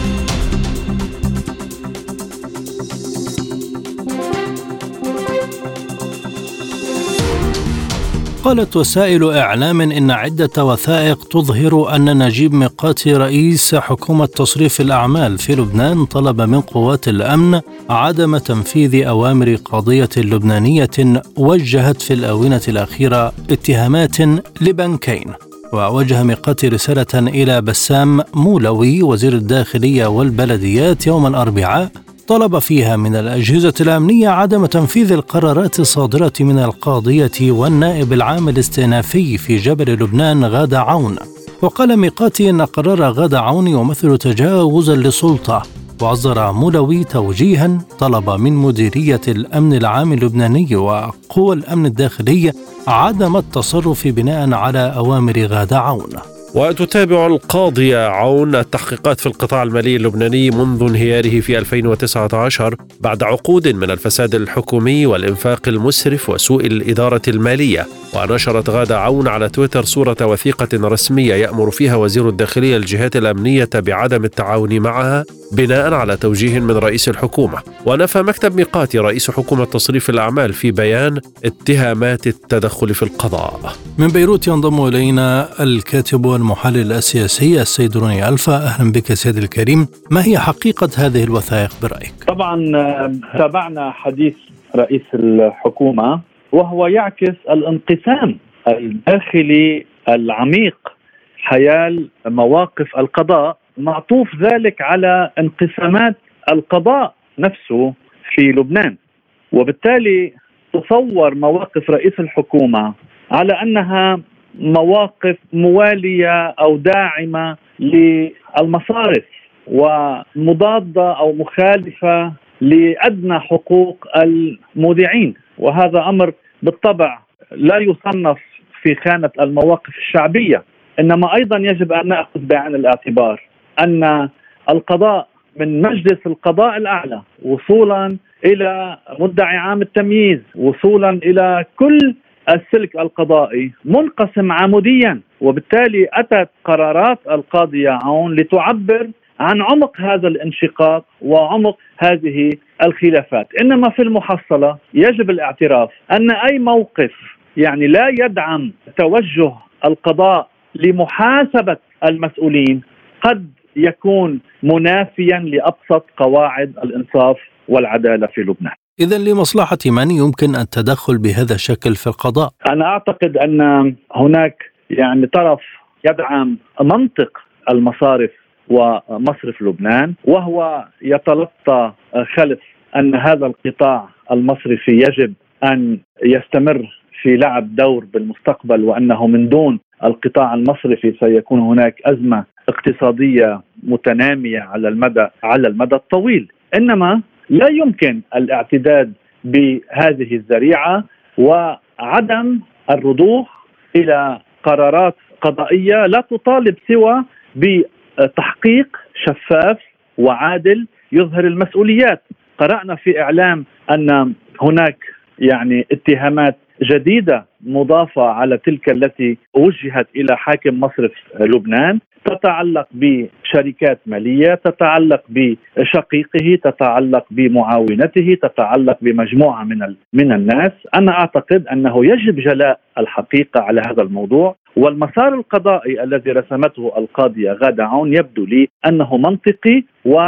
قالت وسائل إعلام إن عدة وثائق تظهر أن نجيب ميقاتي رئيس حكومة تصريف الأعمال في لبنان طلب من قوات الأمن عدم تنفيذ أوامر قضية لبنانية وجهت في الآونة الأخيرة اتهامات لبنكين. ووجه ميقاتي رسالة إلى بسام مولوي وزير الداخلية والبلديات يوم الأربعاء طلب فيها من الأجهزة الأمنية عدم تنفيذ القرارات الصادرة من القاضية والنائب العام الاستئنافي في جبل لبنان غادة عون. وقال ميقاتي أن قرار غادة عون يمثل تجاوزا للسلطة، وأصدر مولوي توجيها طلب من مديرية الأمن العام اللبناني وقوى الأمن الداخلي عدم التصرف بناء على أوامر غادة عون. وتتابع القاضية عون التحقيقات في القطاع المالي اللبناني منذ انهياره في 2019 بعد عقود من الفساد الحكومي والإنفاق المسرف وسوء الإدارة المالية. ونشرت غادة عون على تويتر صورة وثيقة رسمية يأمر فيها وزير الداخلية الجهات الأمنية بعدم التعاون معها بناء على توجيه من رئيس الحكومة. ونفى مكتب ميقاتي رئيس حكومة تصريف الأعمال في بيان اتهامات التدخل في القضاء. من بيروت ينضم إلينا الكاتب والمحلل السياسي السيد روني ألفا. أهلا بك سيد الكريم. ما هي حقيقة هذه الوثائق برأيك؟ طبعا تابعنا حديث رئيس الحكومة وهو يعكس الانقسام الداخلي العميق حيال مواقف القضاء، معطوف ذلك على انقسامات القضاء نفسه في لبنان. وبالتالي تصور مواقف رئيس الحكومة على أنها مواقف موالية أو داعمة للمصارف ومضادة أو مخالفة لأدنى حقوق المودعين، وهذا أمر بالطبع لا يصنف في خانة المواقف الشعبية. إنما أيضا يجب أن نأخذ بعين الاعتبار أن القضاء من مجلس القضاء الأعلى وصولا إلى مدعي عام التمييز وصولا إلى كل السلك القضائي منقسم عموديا، وبالتالي أتت قرارات القاضي يعون لتعبر عن عمق هذا الانشقاق وعمق هذه الخلافات. إنما في المحصلة يجب الاعتراف أن أي موقف يعني لا يدعم توجه القضاء لمحاسبة المسؤولين قد يكون منافيا لأبسط قواعد الإنصاف والعدالة في لبنان. إذن لمصلحة من يمكن التدخل بهذا الشكل في القضاء؟ أنا أعتقد أن هناك يعني طرف يدعم منطق المصارف ومصرف لبنان، وهو يتلقى خلف أن هذا القطاع المصرفي يجب أن يستمر في لعب دور بالمستقبل، وأنه من دون القطاع المصرفي سيكون هناك أزمة اقتصادية متنامية على المدى الطويل. إنما لا يمكن الاعتداد بهذه الذريعة وعدم الرجوع إلى قرارات قضائية لا تطالب سوى بتحقيق شفاف وعادل يظهر المسؤوليات. قرأنا في إعلام أن هناك يعني اتهامات جديدة مضافة على تلك التي وجهت إلى حاكم مصرف لبنان، تتعلق بشركات مالية، تتعلق بشقيقه، تتعلق بمعاونته، تتعلق بمجموعة من الناس. أنا أعتقد أنه يجب جلاء الحقيقة على هذا الموضوع، والمسار القضائي الذي رسمته القاضية غادة عون يبدو لي أنه منطقي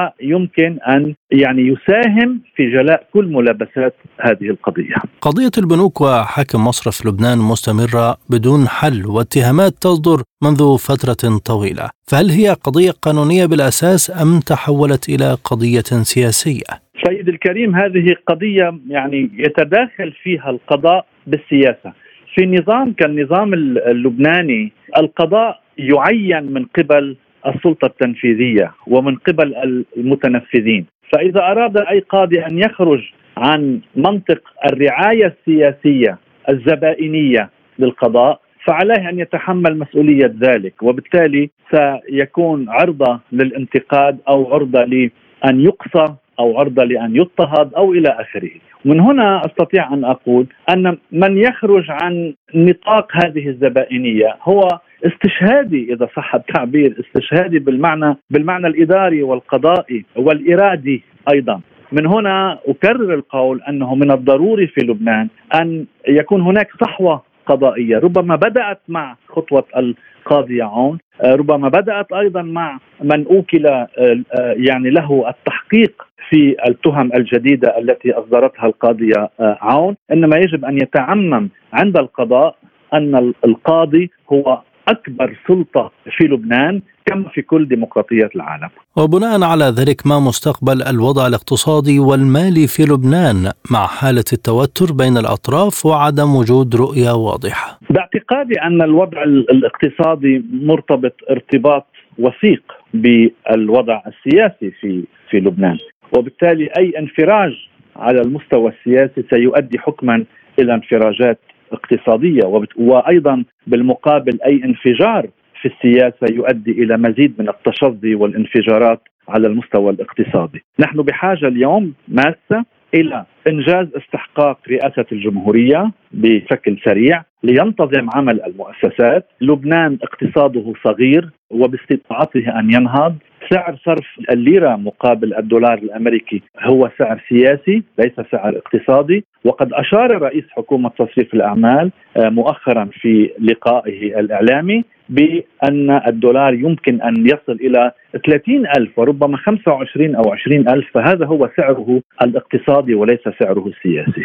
ويمكن أن يعني يساهم في جلاء كل ملابسات هذه القضية. قضية البنوك وحاكم مصرف لبنان مستمرة بدون حل، واتهامات تصدر منذ فترة طويلة، فهل هي قضية قانونية بالأساس أم تحولت إلى قضية سياسية؟ سيد الكريم، هذه قضية يعني يتداخل فيها القضاء بالسياسة. في نظام كالنظام اللبناني القضاء يعين من قبل السلطة التنفيذية ومن قبل المتنفذين، فإذا أراد أي قاضي أن يخرج عن منطق الرعاية السياسية الزبائنية للقضاء فعليه أن يتحمل مسؤولية ذلك، وبالتالي سيكون عرضة للانتقاد أو عرضة لأن يقصى أو عرضة لأن يضطهد أو إلى آخره. من هنا أستطيع أن أقول أن من يخرج عن نطاق هذه الزبائنية هو استشهادي، إذا صح التعبير، استشهادي بالمعنى الإداري والقضائي والإرادي أيضا. من هنا أكرر القول أنه من الضروري في لبنان أن يكون هناك صحوة قضائية، ربما بدأت مع خطوة القاضي يعون، ربما بدأت أيضا مع من أوكل يعني له التحقيق في التهم الجديدة التي أصدرتها القاضية عون. إنما يجب أن يتعمم عند القضاء أن القاضي هو أكبر سلطة في لبنان كما في كل ديمقراطيات العالم. وبناء على ذلك، ما مستقبل الوضع الاقتصادي والمالي في لبنان مع حالة التوتر بين الأطراف وعدم وجود رؤية واضحة؟ باعتقادي أن الوضع الاقتصادي مرتبط ارتباط وثيق بالوضع السياسي في لبنان، وبالتالي أي انفراج على المستوى السياسي سيؤدي حكما إلى انفراجات اقتصادية، وأيضا بالمقابل أي انفجار في السياسة يؤدي إلى مزيد من التشظي والانفجارات على المستوى الاقتصادي. نحن بحاجة اليوم ماسة إلى إنجاز استحقاق رئاسة الجمهورية بشكل سريع لينتظم عمل المؤسسات. لبنان اقتصاده صغير وباستطاعته أن ينهض. سعر صرف الليرة مقابل الدولار الأمريكي هو سعر سياسي ليس سعر اقتصادي، وقد أشار رئيس حكومة تصريف الأعمال مؤخرا في لقائه الإعلامي بأن الدولار يمكن أن يصل إلى 30,000 وربما 25 أو 20,000، فهذا هو سعره الاقتصادي وليس سعره السياسي.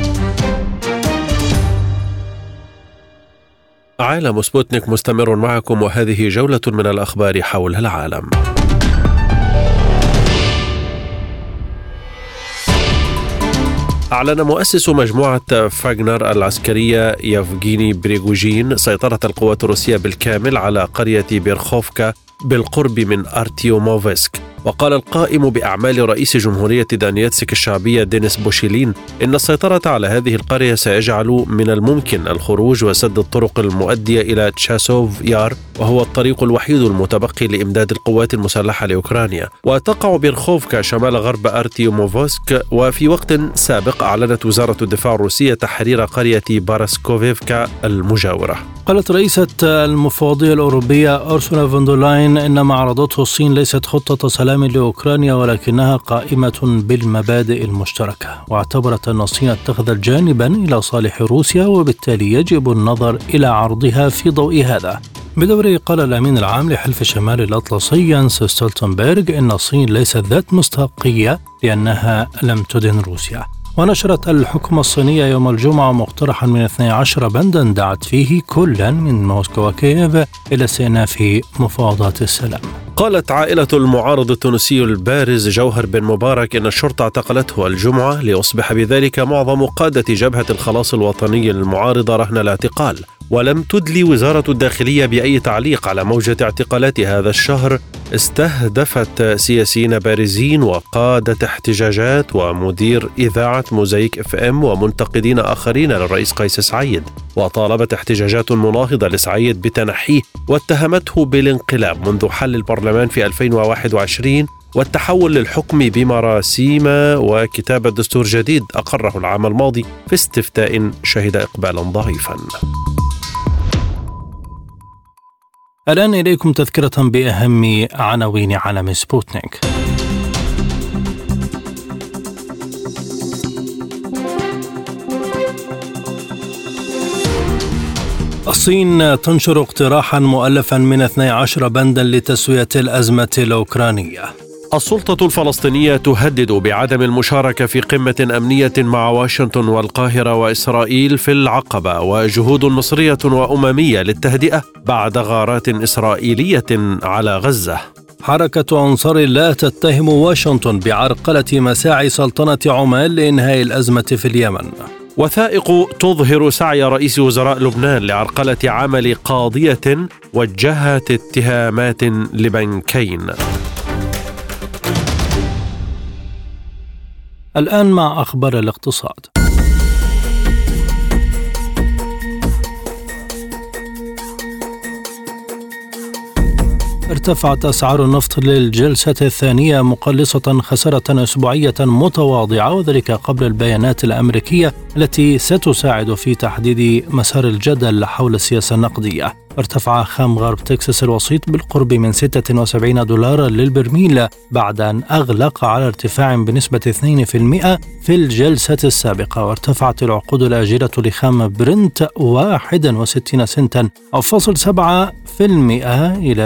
عالم سبوتنيك مستمر معكم، وهذه جولة من الأخبار حول العالم. أعلن مؤسس مجموعة فاغنر العسكرية يفغيني بريغوجين سيطرة القوات الروسية بالكامل على قرية بيرخوفكا بالقرب من أرتيوموفسك. وقال القائم بأعمال رئيس جمهورية دانيتسك الشعبية دينيس بوشيلين إن السيطرة على هذه القرية سيجعل من الممكن الخروج وسد الطرق المؤدية إلى تشاسوف يار، وهو الطريق الوحيد المتبقي لإمداد القوات المسلحة لأوكرانيا. وتقع بيرخوفكا شمال غرب أرتيوموفسك. وفي وقت سابق أعلنت وزارة الدفاع الروسية تحرير قرية باراسكوفيفكا المجاورة. قالت رئيسة المفوضية الأوروبية أورسولا فون دير لاين إن ما عرضته الصين ليست خطة سلام لأوكرانيا ولكنها قائمة بالمبادئ المشتركة، واعتبرت أن الصين اتخذت جانبا إلى صالح روسيا وبالتالي يجب النظر إلى عرضها في ضوء هذا. بدوره قال الأمين العام لحلف شمال الأطلسي يانس ستولتنبرغ إن الصين ليست ذات مصداقية لأنها لم تدن روسيا. ونشرت الحكومة الصينية يوم الجمعة مقترحا من 12 بندا دعت فيه كلا من موسكو وكييف إلى استئناف مفاوضات السلام. قالت عائلة المعارض التونسي البارز جوهر بن مبارك إن الشرطة اعتقلته الجمعة ليصبح بذلك معظم قادة جبهة الخلاص الوطني المعارضة رهن الاعتقال. ولم تدلي وزارة الداخلية بأي تعليق على موجة اعتقالات هذا الشهر استهدفت سياسيين بارزين وقادة احتجاجات ومدير إذاعة موزايك FM ومنتقدين آخرين للرئيس قيس سعيد. وطالبت احتجاجات مناهضة لسعيد بتنحيه واتهمته بالانقلاب منذ حل البرلمان في 2021 والتحول للحكم بمراسيم وكتابة دستور جديد أقره العام الماضي في استفتاء شهد إقبالا ضعيفا. الآن إليكم تذكرة بأهم عناوين عالم سبوتنيك. الصين تنشر اقتراحا مؤلفا من 12 بندا لتسوية الأزمة الأوكرانية. السلطة الفلسطينية تهدد بعدم المشاركة في قمة أمنية مع واشنطن والقاهرة وإسرائيل في العقبة، وجهود مصرية وأممية للتهدئة بعد غارات إسرائيلية على غزة. حركة أنصار الله تتهم واشنطن بعرقلة مساعي سلطنة عمان لإنهاء الأزمة في اليمن. وثائق تظهر سعي رئيس وزراء لبنان لعرقلة عمل قاضية وجهت اتهامات لبنكين. الآن مع أخبار الاقتصاد. ارتفعت أسعار النفط للجلسة الثانية مقلصة خسارة أسبوعية متواضعة، وذلك قبل البيانات الأمريكية التي ستساعد في تحديد مسار الجدل حول السياسة النقدية. ارتفع خام غرب تكساس الوسيط بالقرب من $76 للبرميل بعد أن أغلق على ارتفاع بنسبة 2% في الجلسة السابقة. وارتفعت العقود الآجلة لخام برنت 61 سنتا أو 0.7% إلى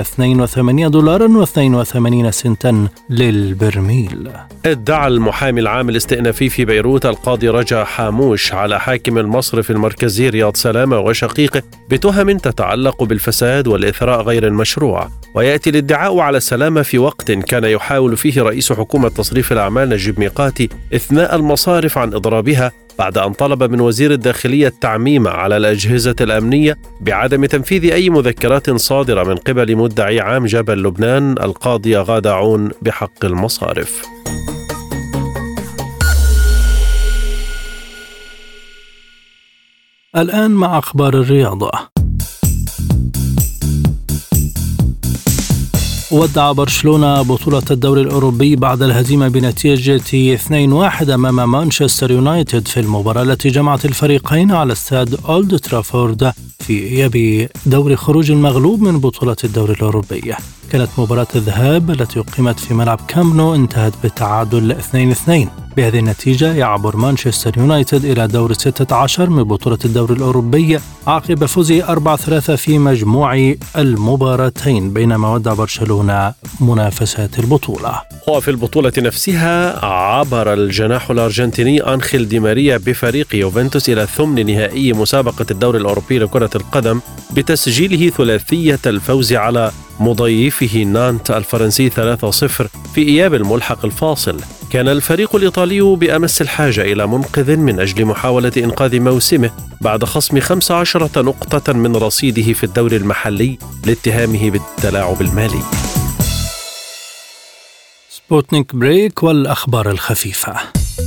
$82.82 للبرميل. ادعى المحامي العام الاستئنافي في بيروت القاضي رجا حاموش على حاكم المصرف المركزي رياض سلامة وشقيقه بتهم تتعلق بالفساد والإثراء غير المشروع. ويأتي الادعاء على سلامة في وقت كان يحاول فيه رئيس حكومة تصريف الأعمال نجيب ميقاتي إثناء المصارف عن إضرابها بعد أن طلب من وزير الداخلية التعميم على الأجهزة الأمنية بعدم تنفيذ أي مذكرات صادرة من قبل مدعي عام جبل لبنان القاضي غادة عون بحق المصارف. الآن مع أخبار الرياضة. ودع برشلونة بطولة الدوري الأوروبي بعد الهزيمة بنتيجة 2-1 أمام مانشستر يونايتد في المباراة التي جمعت الفريقين على استاد أولد ترافورد في إياب دور خروج المغلوب من بطولة الدوري الأوروبي. كانت مباراة الذهاب التي أقيمت في ملعب كامب نو انتهت بالتعادل 2-2. بهذه النتيجة يعبر مانشستر يونايتد إلى دور 16 من بطولة الدوري الأوروبي عقب فوزه 4-3 في مجموع المباراتين، بينما ودع برشلونة منافسات البطولة. وفي البطولة نفسها عبر الجناح الأرجنتيني أنخيل دي ماريا بفريق يوفنتوس إلى ثمن نهائي مسابقة الدوري الأوروبي لكرة القدم بتسجيله ثلاثية الفوز على مضيفه نانت الفرنسي 3-0 في إياب الملحق الفاصل. كان الفريق الإيطالي بأمس الحاجة إلى منقذ من أجل محاولة إنقاذ موسمه بعد خصم 15 نقطة من رصيده في الدوري المحلي لاتهامه بالتلاعب المالي. سبوتنيك بريك والأخبار الخفيفة.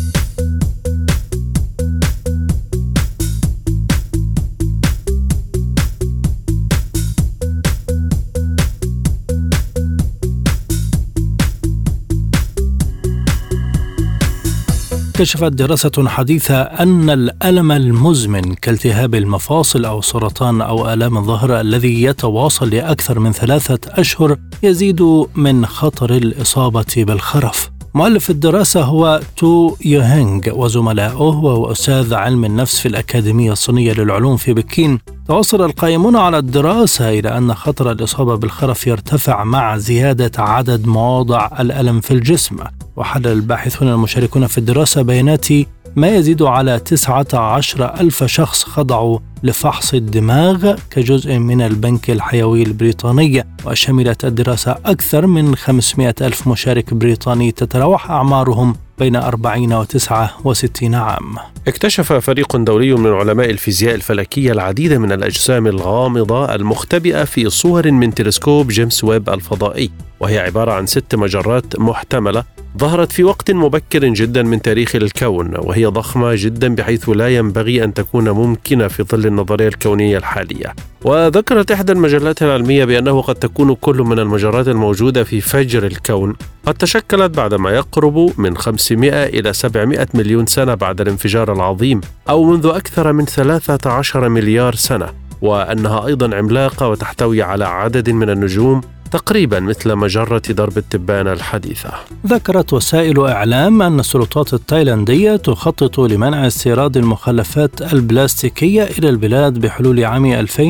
كشفت دراسة حديثة أن الألم المزمن كالتهاب المفاصل أو سرطان أو آلام الظهر الذي يتواصل لأكثر من 3 أشهر يزيد من خطر الإصابة بالخرف. مؤلف الدراسة هو تو يوهينغ وزملائه، وهو أستاذ علم النفس في الأكاديمية الصينية للعلوم في بكين. توصل القائمون على الدراسة إلى أن خطر الإصابة بالخرف يرتفع مع زيادة عدد مواضع الألم في الجسم. وحلل الباحثون المشاركون في الدراسة بيانات ما يزيد على 19,000 شخص خضعوا لفحص الدماغ كجزء من البنك الحيوي البريطاني. وشملت الدراسة أكثر من 500,000 مشارك بريطاني تتراوح أعمارهم بين 40 و69 عام. اكتشف فريق دولي من علماء الفيزياء الفلكية العديد من الأجسام الغامضة المختبئة في صور من تلسكوب جيمس ويب الفضائي، وهي عبارة عن 6 مجرات محتملة ظهرت في وقت مبكر جدا من تاريخ الكون، وهي ضخمة جدا بحيث لا ينبغي أن تكون ممكنة في ظل النظرية الكونية الحالية. وذكرت إحدى المجلات العلمية بأنه قد تكون كل من المجرات الموجودة في فجر الكون قد تشكلت بعد ما يقرب من 500 إلى 700 مليون سنة بعد الانفجار العظيم، أو منذ أكثر من 13 مليار سنة، وأنها أيضا عملاقة وتحتوي على عدد من النجوم تقريبا مثل مجرة درب التبانة الحديثة. ذكرت وسائل إعلام أن السلطات التايلاندية تخطط لمنع استيراد المخلفات البلاستيكية إلى البلاد بحلول عام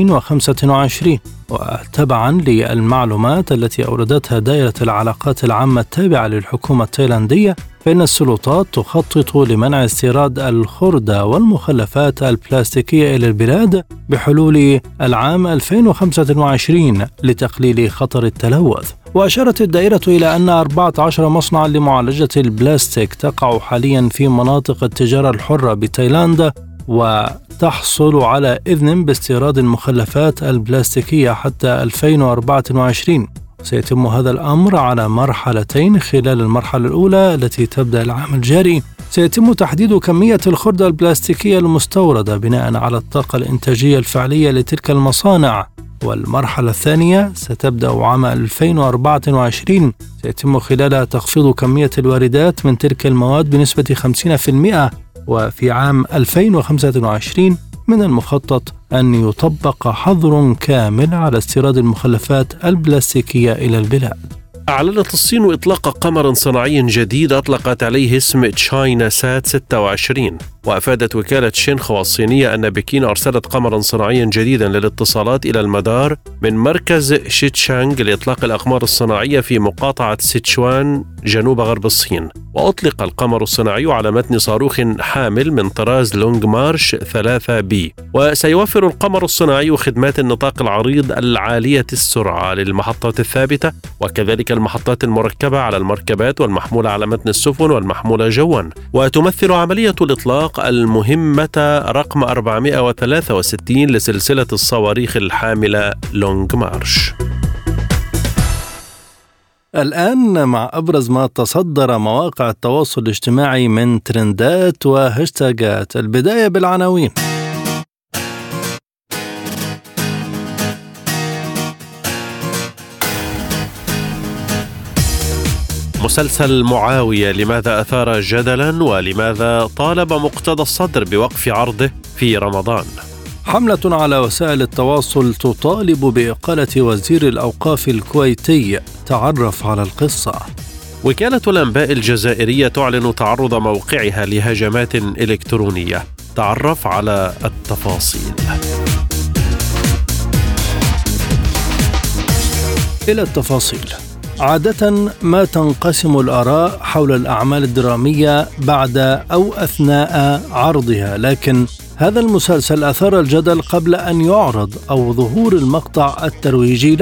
2025. وتبعا للمعلومات التي أوردتها دائرة العلاقات العامة التابعة للحكومة التايلاندية، فإن السلطات تخطط لمنع استيراد الخردة والمخلفات البلاستيكية إلى البلاد بحلول العام 2025 لتقليل خطر التلوث. وأشارت الدائرة إلى أن 14 مصنعا لمعالجة البلاستيك تقع حاليا في مناطق التجارة الحرة بتايلاند، وتحصل على إذن باستيراد المخلفات البلاستيكية حتى 2024. سيتم هذا الأمر على مرحلتين. خلال المرحلة الأولى التي تبدأ العام الجاري سيتم تحديد كمية الخردة البلاستيكية المستوردة بناء على الطاقة الإنتاجية الفعلية لتلك المصانع، والمرحلة الثانية ستبدأ عام 2024 سيتم خلالها تخفيض كمية الواردات من تلك المواد بنسبة 50%. وفي عام 2025 من المخطط أن يطبق حظر كامل على استيراد المخلفات البلاستيكية إلى البلاد. أعلنت الصين إطلاق قمر صناعي جديد أطلقت عليه اسم تشاينا سات 26. وأفادت وكالة شينخوا الصينية أن بكين أرسلت قمرا صناعيا جديدا للاتصالات إلى المدار من مركز شيتشانغ لإطلاق الأقمار الصناعية في مقاطعة سيتشوان جنوب غرب الصين. وأطلق القمر الصناعي على متن صاروخ حامل من طراز لونج مارش 3B. وسيوفر القمر الصناعي خدمات النطاق العريض العالية السرعة للمحطات الثابتة، وكذلك المحطات المركبة على المركبات والمحمولة على متن السفن والمحمولة جوا. وتمثل عملية الإطلاق المهمة رقم 463 لسلسلة الصواريخ الحاملة لونج مارش. الآن مع أبرز ما تصدر مواقع التواصل الاجتماعي من ترندات وهاشتاجات. البداية بالعناوين. مسلسل معاوية لماذا أثار جدلا ولماذا طالب مقتدى الصدر بوقف عرضه في رمضان؟ حملة على وسائل التواصل تطالب بإقالة وزير الأوقاف الكويتي. تعرف على القصة. وكالة الأنباء الجزائرية تعلن تعرض موقعها لهجمات إلكترونية. تعرف على التفاصيل. إلى التفاصيل. عادة ما تنقسم الآراء حول الأعمال الدرامية بعد أو أثناء عرضها، لكن هذا المسلسل أثار الجدل قبل أن يعرض أو ظهور المقطع الترويجي له.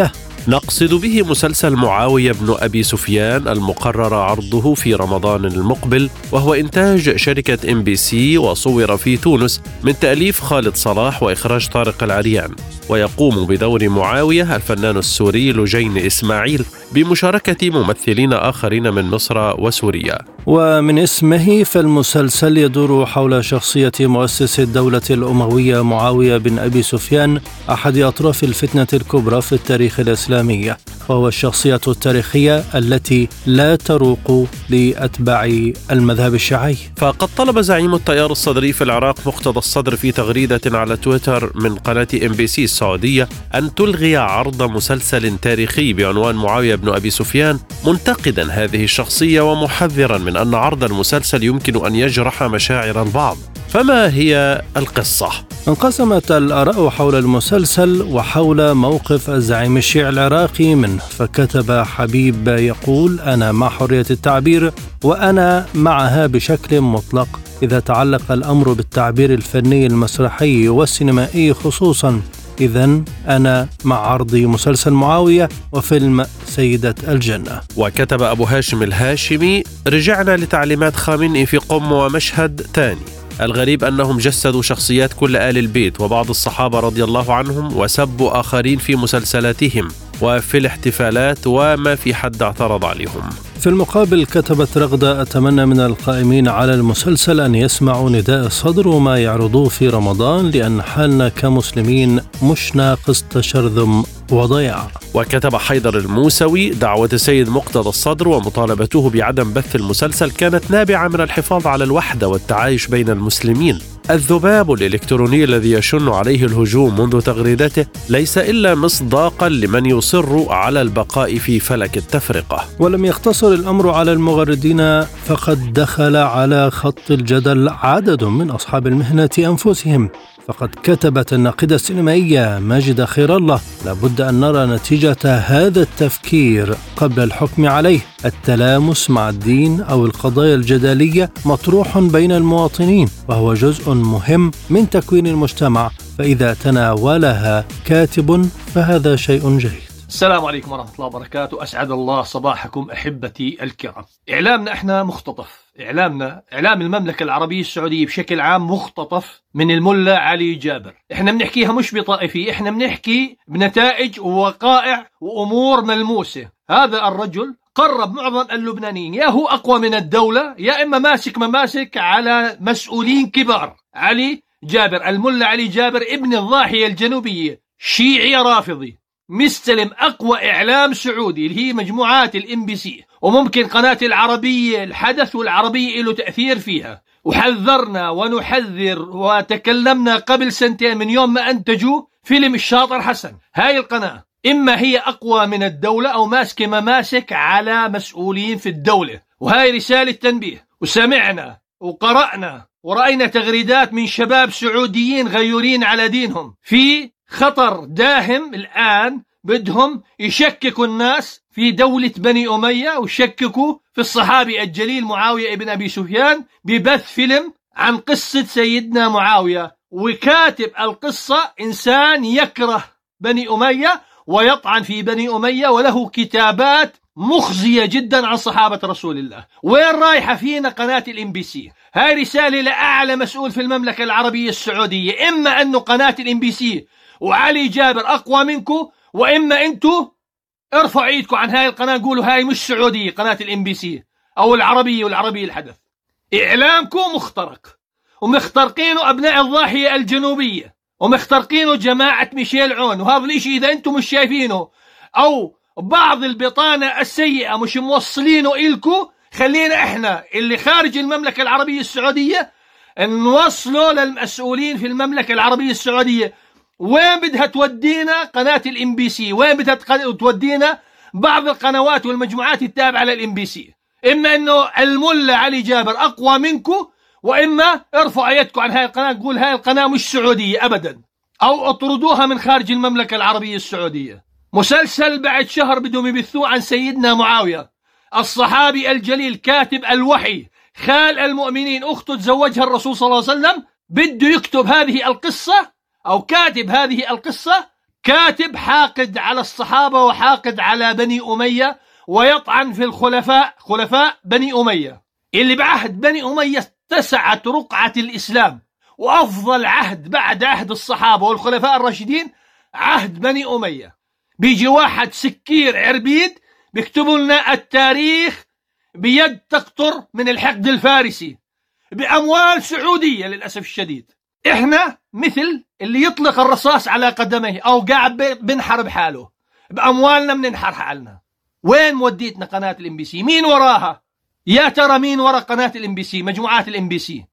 نقصد به مسلسل معاوية بن أبي سفيان المقرر عرضه في رمضان المقبل، وهو إنتاج شركة MBC وصور في تونس من تأليف خالد صلاح وإخراج طارق العريان، ويقوم بدور معاوية الفنان السوري لجين إسماعيل بمشاركة ممثلين آخرين من مصر وسوريا. ومن اسمه فالمسلسل يدور حول شخصية مؤسس الدولة الأموية معاوية بن أبي سفيان، أحد أطراف الفتنة الكبرى في التاريخ الإسلامي، وهو الشخصية التاريخية التي لا تروق لأتباع المذهب الشيعي. فقد طلب زعيم التيار الصدري في العراق مقتدى الصدر في تغريدة على تويتر من قناة MBC السعودية أن تلغي عرض مسلسل تاريخي بعنوان معاوية بن أبي سفيان، منتقدا هذه الشخصية ومحذرا من أن عرض المسلسل يمكن أن يجرح مشاعر البعض. فما هي القصة؟ انقسمت الآراء حول المسلسل وحول موقف الزعيم الشيعي العراقي منه، فكتب حبيب يقول: أنا مع حرية التعبير وأنا معها بشكل مطلق إذا تعلق الأمر بالتعبير الفني المسرحي والسينمائي خصوصا. إذن أنا مع عرض مسلسل معاوية وفيلم سيدة الجنة. وكتب أبو هاشم الهاشمي: رجعنا لتعليمات خامنئي في قم ومشهد تاني. الغريب أنهم جسدوا شخصيات كل آل البيت وبعض الصحابة رضي الله عنهم وسبوا آخرين في مسلسلاتهم وفي الاحتفالات وما في حد اعترض عليهم. في المقابل كتبت رغدة: أتمنى من القائمين على المسلسل أن يسمعوا نداء الصدر وما يعرضوه في رمضان، لأن حالنا كمسلمين مش ناقص تشرذم وضياع. وكتب حيدر الموسوي: دعوة السيد مقتدى الصدر ومطالبته بعدم بث المسلسل كانت نابعة من الحفاظ على الوحدة والتعايش بين المسلمين. الذباب الإلكتروني الذي يشن عليه الهجوم منذ تغريدته ليس إلا مصداقا لمن يصر على البقاء في فلك التفرقة. ولم يقتصر الأمر على المغردين، فقد دخل على خط الجدل عدد من أصحاب المهنة أنفسهم. فقد كتبت الناقدة السينمائية ماجدة خير الله: لابد أن نرى نتيجة هذا التفكير قبل الحكم عليه. التلامس مع الدين أو القضايا الجدلية مطروح بين المواطنين، وهو جزء مهم من تكوين المجتمع، فإذا تناولها كاتب فهذا شيء جيد. السلام عليكم ورحمة الله وبركاته. أسعد الله صباحكم أحبتي الكرام. إعلامنا إحنا مختطف، إعلام المملكة العربية السعودية بشكل عام مختطف من الملا علي جابر. إحنا بنحكيها مش بطائفي، إحنا بنحكي بنتائج ووقائع وأمور ملموسة. هذا الرجل قرب معظم اللبنانيين، يا هو أقوى من الدولة يا إما ماسك مماسك على مسؤولين كبار. علي جابر، الملا علي جابر ابن الضاحية الجنوبية، شيعي رافضي، مستلم أقوى إعلام سعودي اللي هي مجموعات MBC، وممكن قناة العربية الحدث والعربية له تأثير فيها. وحذرنا ونحذر وتكلمنا قبل سنتين من يوم ما أنتجوا فيلم الشاطر حسن. هاي القناة إما هي أقوى من الدولة أو ماسكة مماسك على مسؤولين في الدولة، وهاي رسالة تنبيه. وسمعنا وقرأنا ورأينا تغريدات من شباب سعوديين غيورين على دينهم في خطر داهم. الآن بدهم يشككوا الناس في دولة بني أمية ويشككوا في الصحابي الجليل معاوية ابن أبي سفيان ببث فيلم عن قصة سيدنا معاوية. وكاتب القصة إنسان يكره بني أمية ويطعن في بني أمية، وله كتابات مخزية جدا عن صحابة رسول الله. وين رايحة فينا قناة MBC؟ هاي رسالة لأعلى مسؤول في المملكة العربية السعودية: إما أنه قناة MBC وعلي جابر أقوى منكم، وإما أنتوا ارفعوا ايدكم عن هاي القناة، قولوا هاي مش سعودية، قناة MBC أو العربية والعربية الحدث. إعلامكم مخترق، ومخترقينه أبناء الضاحية الجنوبية، ومخترقينه جماعة ميشيل عون. وهذا الإشي إذا أنتم مش شايفينه أو بعض البطانة السيئة مش موصلينه إلكم، خلينا إحنا اللي خارج المملكة العربية السعودية نوصله للمسؤولين في المملكة العربية السعودية. وين بدها تودينا قناة MBC؟ وين بدها تودينا بعض القنوات والمجموعات التابعة للMBC؟ إما أنه الملا علي جابر أقوى منكم، وإما ارفعوا يدكم عن هاي القناة، قول هاي القناة مش سعودية أبدا، أو اطردوها من خارج المملكة العربية السعودية. مسلسل بعد شهر بدهم يبثوه عن سيدنا معاوية الصحابي الجليل، كاتب الوحي، خال المؤمنين، أخته تزوجها الرسول صلى الله عليه وسلم، بده يكتب هذه القصة أو كاتب هذه القصة كاتب حاقد على الصحابة وحاقد على بني أمية، ويطعن في خلفاء بني أمية اللي بعهد بني أمية اتسعت رقعة الإسلام، وأفضل عهد بعد عهد الصحابة والخلفاء الراشدين عهد بني أمية. بيجي واحد سكير عربيد بيكتبوا لنا التاريخ بيد تقطر من الحقد الفارسي بأموال سعودية. للأسف الشديد إحنا مثل اللي يطلق الرصاص على قدميه أو قاعد بنحرب حاله، بأموالنا بننحر حالنا. وين موديتنا قناة الام بي سي؟ مين وراها؟ يا ترى مين وراء قناة الام بي سي، مجموعات الام بي سي؟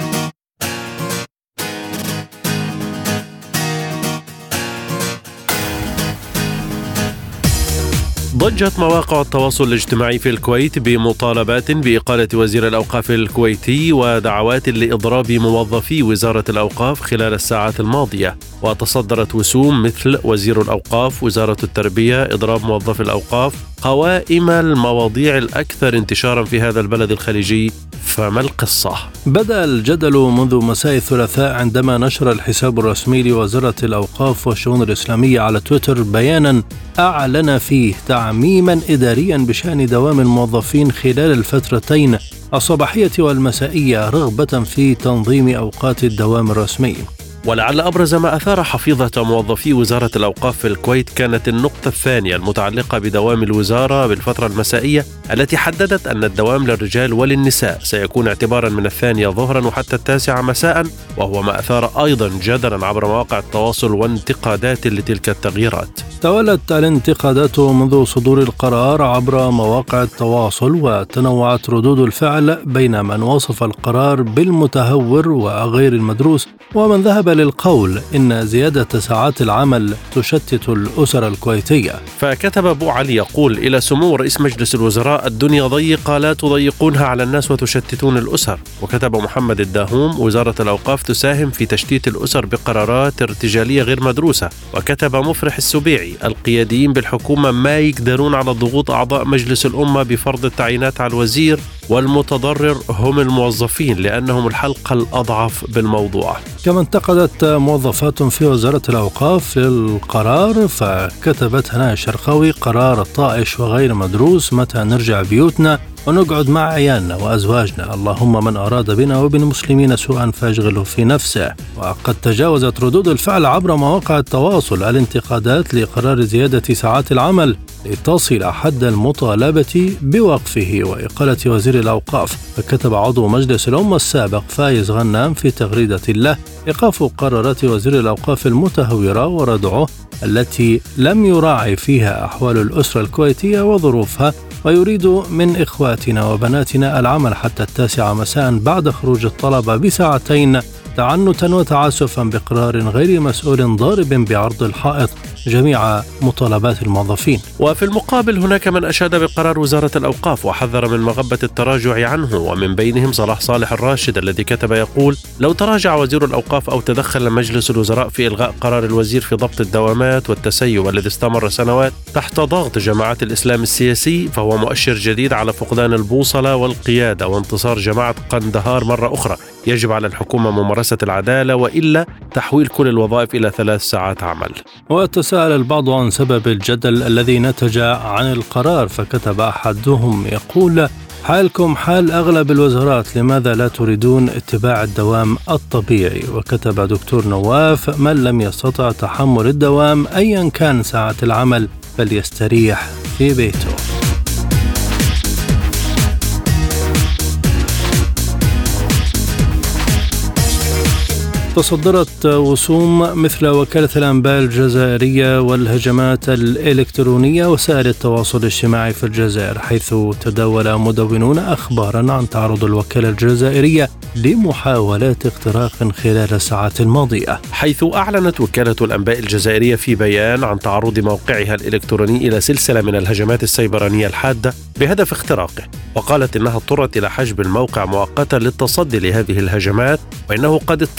ضجت مواقع التواصل الاجتماعي في الكويت بمطالبات بإقالة وزير الأوقاف الكويتي ودعوات لإضراب موظفي وزارة الأوقاف خلال الساعات الماضية، وتصدرت وسوم مثل وزير الأوقاف، وزارة التربية، إضراب موظف الأوقاف قوائم المواضيع الأكثر انتشارا في هذا البلد الخليجي. فما القصة؟ بدأ الجدل منذ مساء الثلاثاء عندما نشر الحساب الرسمي لوزارة الأوقاف والشؤون الإسلامية على تويتر بيانا أعلن فيه تعميما إداريا بشأن دوام الموظفين خلال الفترتين الصباحية والمسائية رغبة في تنظيم أوقات الدوام الرسمي. ولعل أبرز ما أثار حفيظة موظفي وزارة الأوقاف في الكويت كانت النقطة الثانية المتعلقة بدوام الوزارة بالفترة المسائية، التي حددت أن الدوام للرجال وللنساء سيكون اعتبارا من 2 ظهرا وحتى 9 مساء، وهو ما أثار أيضا جدلا عبر مواقع التواصل وانتقادات لتلك التغييرات. تولت الانتقادات منذ صدور القرار عبر مواقع التواصل، وتنوعت ردود الفعل بين من وصف القرار بالمتهور وغير المدروس، ومن ذهب للقول إن زيادة ساعات العمل تشتت الأسر الكويتية. فكتب أبو علي يقول: إلى سمو رئيس مجلس الوزراء، الدنيا ضيقة لا تضيقونها على الناس وتشتتون الأسر. وكتب محمد الداهوم: وزارة الأوقاف تساهم في تشتيت الأسر بقرارات ارتجالية غير مدروسة. وكتب مفرح السبيعي: القياديين بالحكومة ما يقدرون على ضغوط أعضاء مجلس الأمة بفرض التعيينات على الوزير، والمتضرر هم الموظفين لأنهم الحلقة الأضعف بالموضوع. كما انتقدت موظفات في وزارة الأوقاف القرار، فكتبت هناء الشرقاوي: قرار طائش وغير مدروس، متى نرجع بيوتنا ونقعد مع عيالنا وأزواجنا؟ اللهم من أراد بنا وبالمسلمين سوءا فاشغله في نفسه. وقد تجاوزت ردود الفعل عبر مواقع التواصل الانتقادات لقرار زيادة ساعات العمل لتصل حد المطالبة بوقفه وإقالة وزير الأوقاف. فكتب عضو مجلس الأمة السابق فايز غنام في تغريدة له: إيقاف قرارات وزير الأوقاف المتهورة وردعه التي لم يراعي فيها أحوال الأسرة الكويتية وظروفها، ويريد من إخواتنا وبناتنا العمل حتى 9 مساء بعد خروج الطلبة بساعتين، تعنتا وتعاسفا بقرار غير مسؤول ضارب بعرض الحائط جميع مطالبات الموظفين. وفي المقابل هناك من أشاد بقرار وزارة الأوقاف وحذر من مغبة التراجع عنه، ومن بينهم صلاح صالح الراشد الذي كتب يقول: لو تراجع وزير الأوقاف أو تدخل مجلس الوزراء في إلغاء قرار الوزير في ضبط الدوامات والتسيب الذي استمر سنوات تحت ضغط جماعات الإسلام السياسي، فهو مؤشر جديد على فقدان البوصلة والقيادة وانتصار جماعة قندهار مرة أخرى. يجب على الحكومة ممارسة العدالة، وإلا تحويل كل الوظائف إلى 3 ساعات عمل. وتساءل البعض عن سبب الجدل الذي نتج عن القرار، فكتب أحدهم يقول: حالكم حال أغلب الوزارات، لماذا لا تريدون اتباع الدوام الطبيعي؟ وكتب دكتور نواف: من لم يستطع تحمل الدوام أيا كان ساعة العمل فليستريح في بيته. تصدرت وسوم مثل وكالة الأنباء الجزائرية والهجمات الإلكترونية وسائل التواصل الاجتماعي في الجزائر، حيث تداول مدونون أخبارا عن تعرض الوكالة الجزائرية لمحاولات اختراق خلال الساعات الماضية، حيث أعلنت وكالة الأنباء الجزائرية في بيان عن تعرض موقعها الإلكتروني إلى سلسلة من الهجمات السيبرانية الحادة بهدف اختراقه. وقالت إنها اضطرت إلى حجب الموقع مؤقتا للتصدي لهذه الهجمات، وإنه قد اتضح أن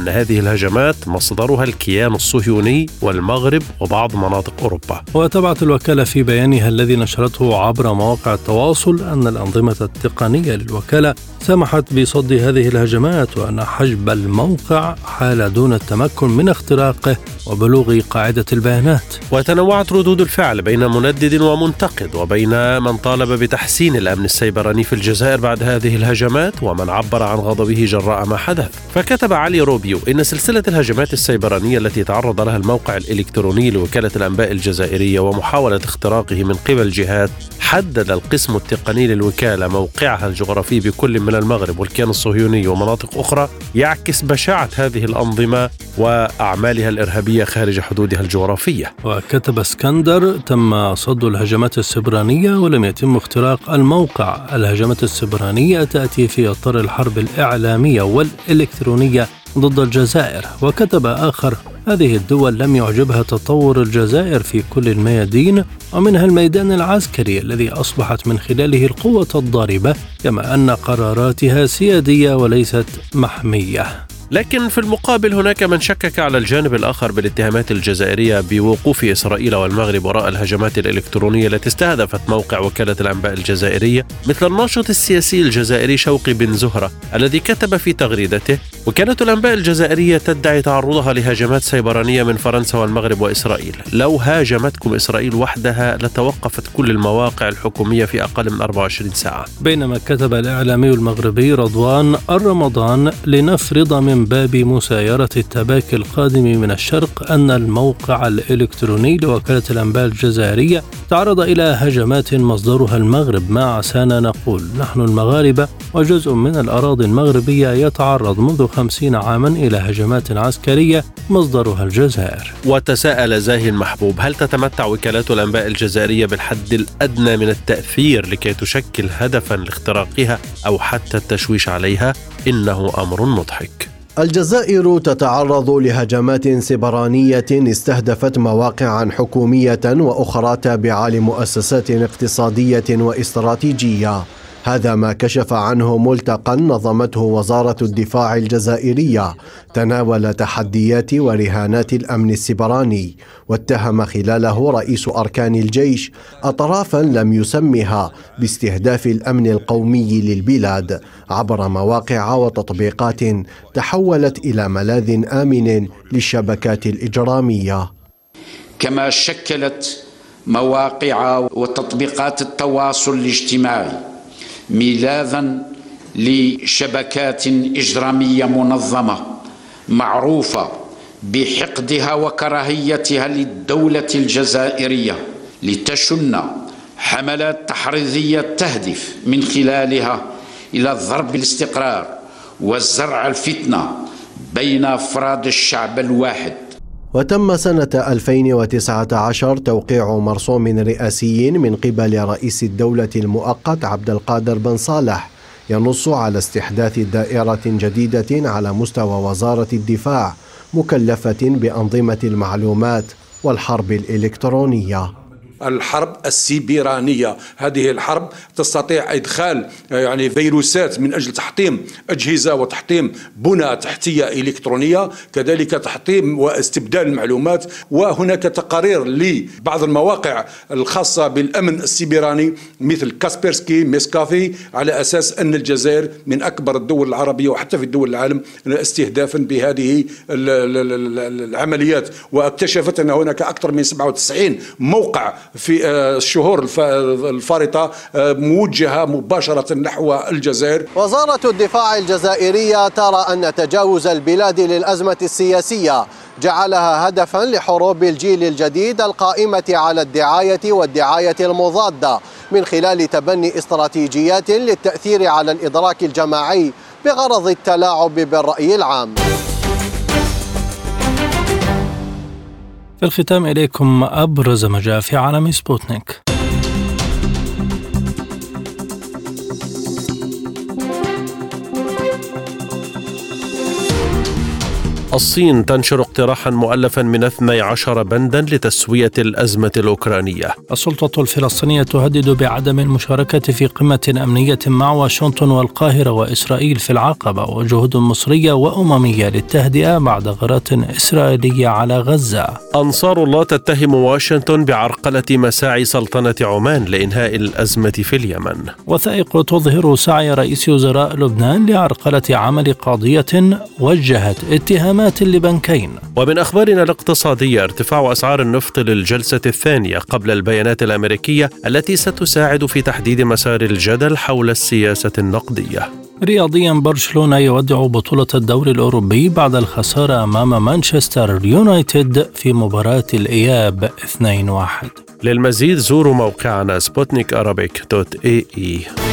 هذه الهجمات مصدرها الكيان الصهيوني والمغرب وبعض مناطق أوروبا. وتبعت الوكالة في بيانها الذي نشرته عبر مواقع التواصل أن الأنظمة التقنية للوكالة سمحت بصد هذه الهجمات، وأن حجب الموقع حال دون التمكن من اختراقه وبلوغ قاعدة البيانات. وتنوعت ردود الفعل بين مندد ومنتقد، وبين من طالب بتحسين الأمن السيبراني في الجزائر بعد هذه الهجمات، ومن عبر عن غضبه جراء ما حدث. فكتب علي روبيو إن سلسلة الهجمات السيبرانية التي تعرض لها الموقع الإلكتروني لوكالة الأنباء الجزائرية ومحاولة اختراقه من قبل جهات، حدد القسم التقني للوكالة موقعها الجغرافي بكل من المغرب والكيان الصهيوني ومناطق أخرى، يعكس بشاعة هذه الأنظمة وأعمالها الإرهابية خارج حدودها الجغرافية. وكتب اسكندر: تم صد الهجمات السبرانية ولم يتم اختراق الموقع. الهجمات السبرانية تأتي في إطار الحرب الإعلامية والإلكترونية ضد الجزائر. وكتب آخر: هذه الدول لم يعجبها تطور الجزائر في كل الميادين، ومنها الميدان العسكري الذي أصبحت من خلاله القوة الضاربة، كما أن قراراتها سيادية وليست محمية. لكن في المقابل هناك من شكك على الجانب الآخر بالاتهامات الجزائرية بوقوف إسرائيل والمغرب وراء الهجمات الإلكترونية التي استهدفت موقع وكالة الأنباء الجزائرية، مثل الناشط السياسي الجزائري شوقي بن زهرة الذي كتب في تغريدته: وكالة الأنباء الجزائرية تدعي تعرضها لهجمات سيبرانية من فرنسا والمغرب وإسرائيل. لو هاجمتكم إسرائيل وحدها لتوقفت كل المواقع الحكومية في أقل من 24 ساعة. بينما كتب الإعلامي المغربي رضوان الرمضان: لنفرض من باب مسايرة التباكي القادم من الشرق أن الموقع الإلكتروني لوكالة الأنباء الجزائرية تعرض إلى هجمات مصدرها المغرب، ما عسانا نقول نحن المغاربة وجزء من الأراضي المغربية يتعرض منذ 50 عاما إلى هجمات عسكرية مصدرها الجزائر. وتساءل زاهي المحبوب: هل تتمتع وكالات الأنباء الجزائرية بالحد الأدنى من التأثير لكي تشكل هدفا لاختراقها أو حتى التشويش عليها؟ إنه أمر مضحك. الجزائر تتعرض لهجمات سبرانية استهدفت مواقعا حكومية وأخرى تابعة لمؤسسات اقتصادية واستراتيجية. هذا ما كشف عنه ملتقى نظمته وزارة الدفاع الجزائرية تناول تحديات ورهانات الأمن السبراني، واتهم خلاله رئيس أركان الجيش أطرافا لم يسمها باستهداف الأمن القومي للبلاد عبر مواقع وتطبيقات تحولت إلى ملاذ آمن للشبكات الإجرامية. كما شكلت مواقع وتطبيقات التواصل الاجتماعي ميلاذا لشبكات إجرامية منظمة معروفة بحقدها وكراهيتها للدولة الجزائرية، لتشن حملات تحريضية تهدف من خلالها إلى ضرب الاستقرار وزرع الفتنة بين أفراد الشعب الواحد. وتم سنة 2019 توقيع مرسوم رئاسي من قبل رئيس الدولة المؤقت عبد القادر بن صالح ينص على استحداث دائرة جديدة على مستوى وزارة الدفاع مكلفة بأنظمة المعلومات والحرب الإلكترونية. الحرب السيبرانية، هذه الحرب تستطيع إدخال فيروسات من أجل تحطيم أجهزة وتحطيم بنى تحتية إلكترونية، كذلك تحطيم واستبدال المعلومات. وهناك تقارير لبعض المواقع الخاصة بالأمن السيبراني مثل كاسبيرسكي ميسكافي على أساس أن الجزائر من أكبر الدول العربية وحتى في الدول العالم استهدافا بهذه العمليات. واكتشفت أن هناك أكثر من 97 موقع في الشهور الفارطة موجهة مباشرة نحو الجزائر. وزارة الدفاع الجزائرية ترى أن تجاوز البلاد للأزمة السياسية جعلها هدفا لحروب الجيل الجديد القائمة على الدعاية والدعاية المضادة من خلال تبني استراتيجيات للتأثير على الإدراك الجماعي بغرض التلاعب بالرأي العام. في الختام إليكم أبرز ما جاء في عالم سبوتنيك. الصين تنشر اقتراحا مؤلفا من 12 بندا لتسوية الأزمة الأوكرانية. السلطة الفلسطينية تهدد بعدم المشاركة في قمة أمنية مع واشنطن والقاهرة وإسرائيل في العقبة، وجهود مصرية وأممية للتهدئة بعد غارات إسرائيلية على غزة. أنصار الله تتهم واشنطن بعرقلة مساعي سلطنة عمان لإنهاء الأزمة في اليمن. وثائق تظهر سعي رئيس وزراء لبنان لعرقلة عمل قاضية وجهت اتهامات لبنكين. ومن أخبارنا الاقتصادية ارتفاع أسعار النفط للجلسة الثانية قبل البيانات الأمريكية التي ستساعد في تحديد مسار الجدل حول السياسة النقدية. رياضيا برشلونة يودع بطولة الدوري الأوروبي بعد الخسارة أمام مانشستر يونايتد في مباراة الإياب 2-1. للمزيد زوروا موقعنا sputnikarabic.ae.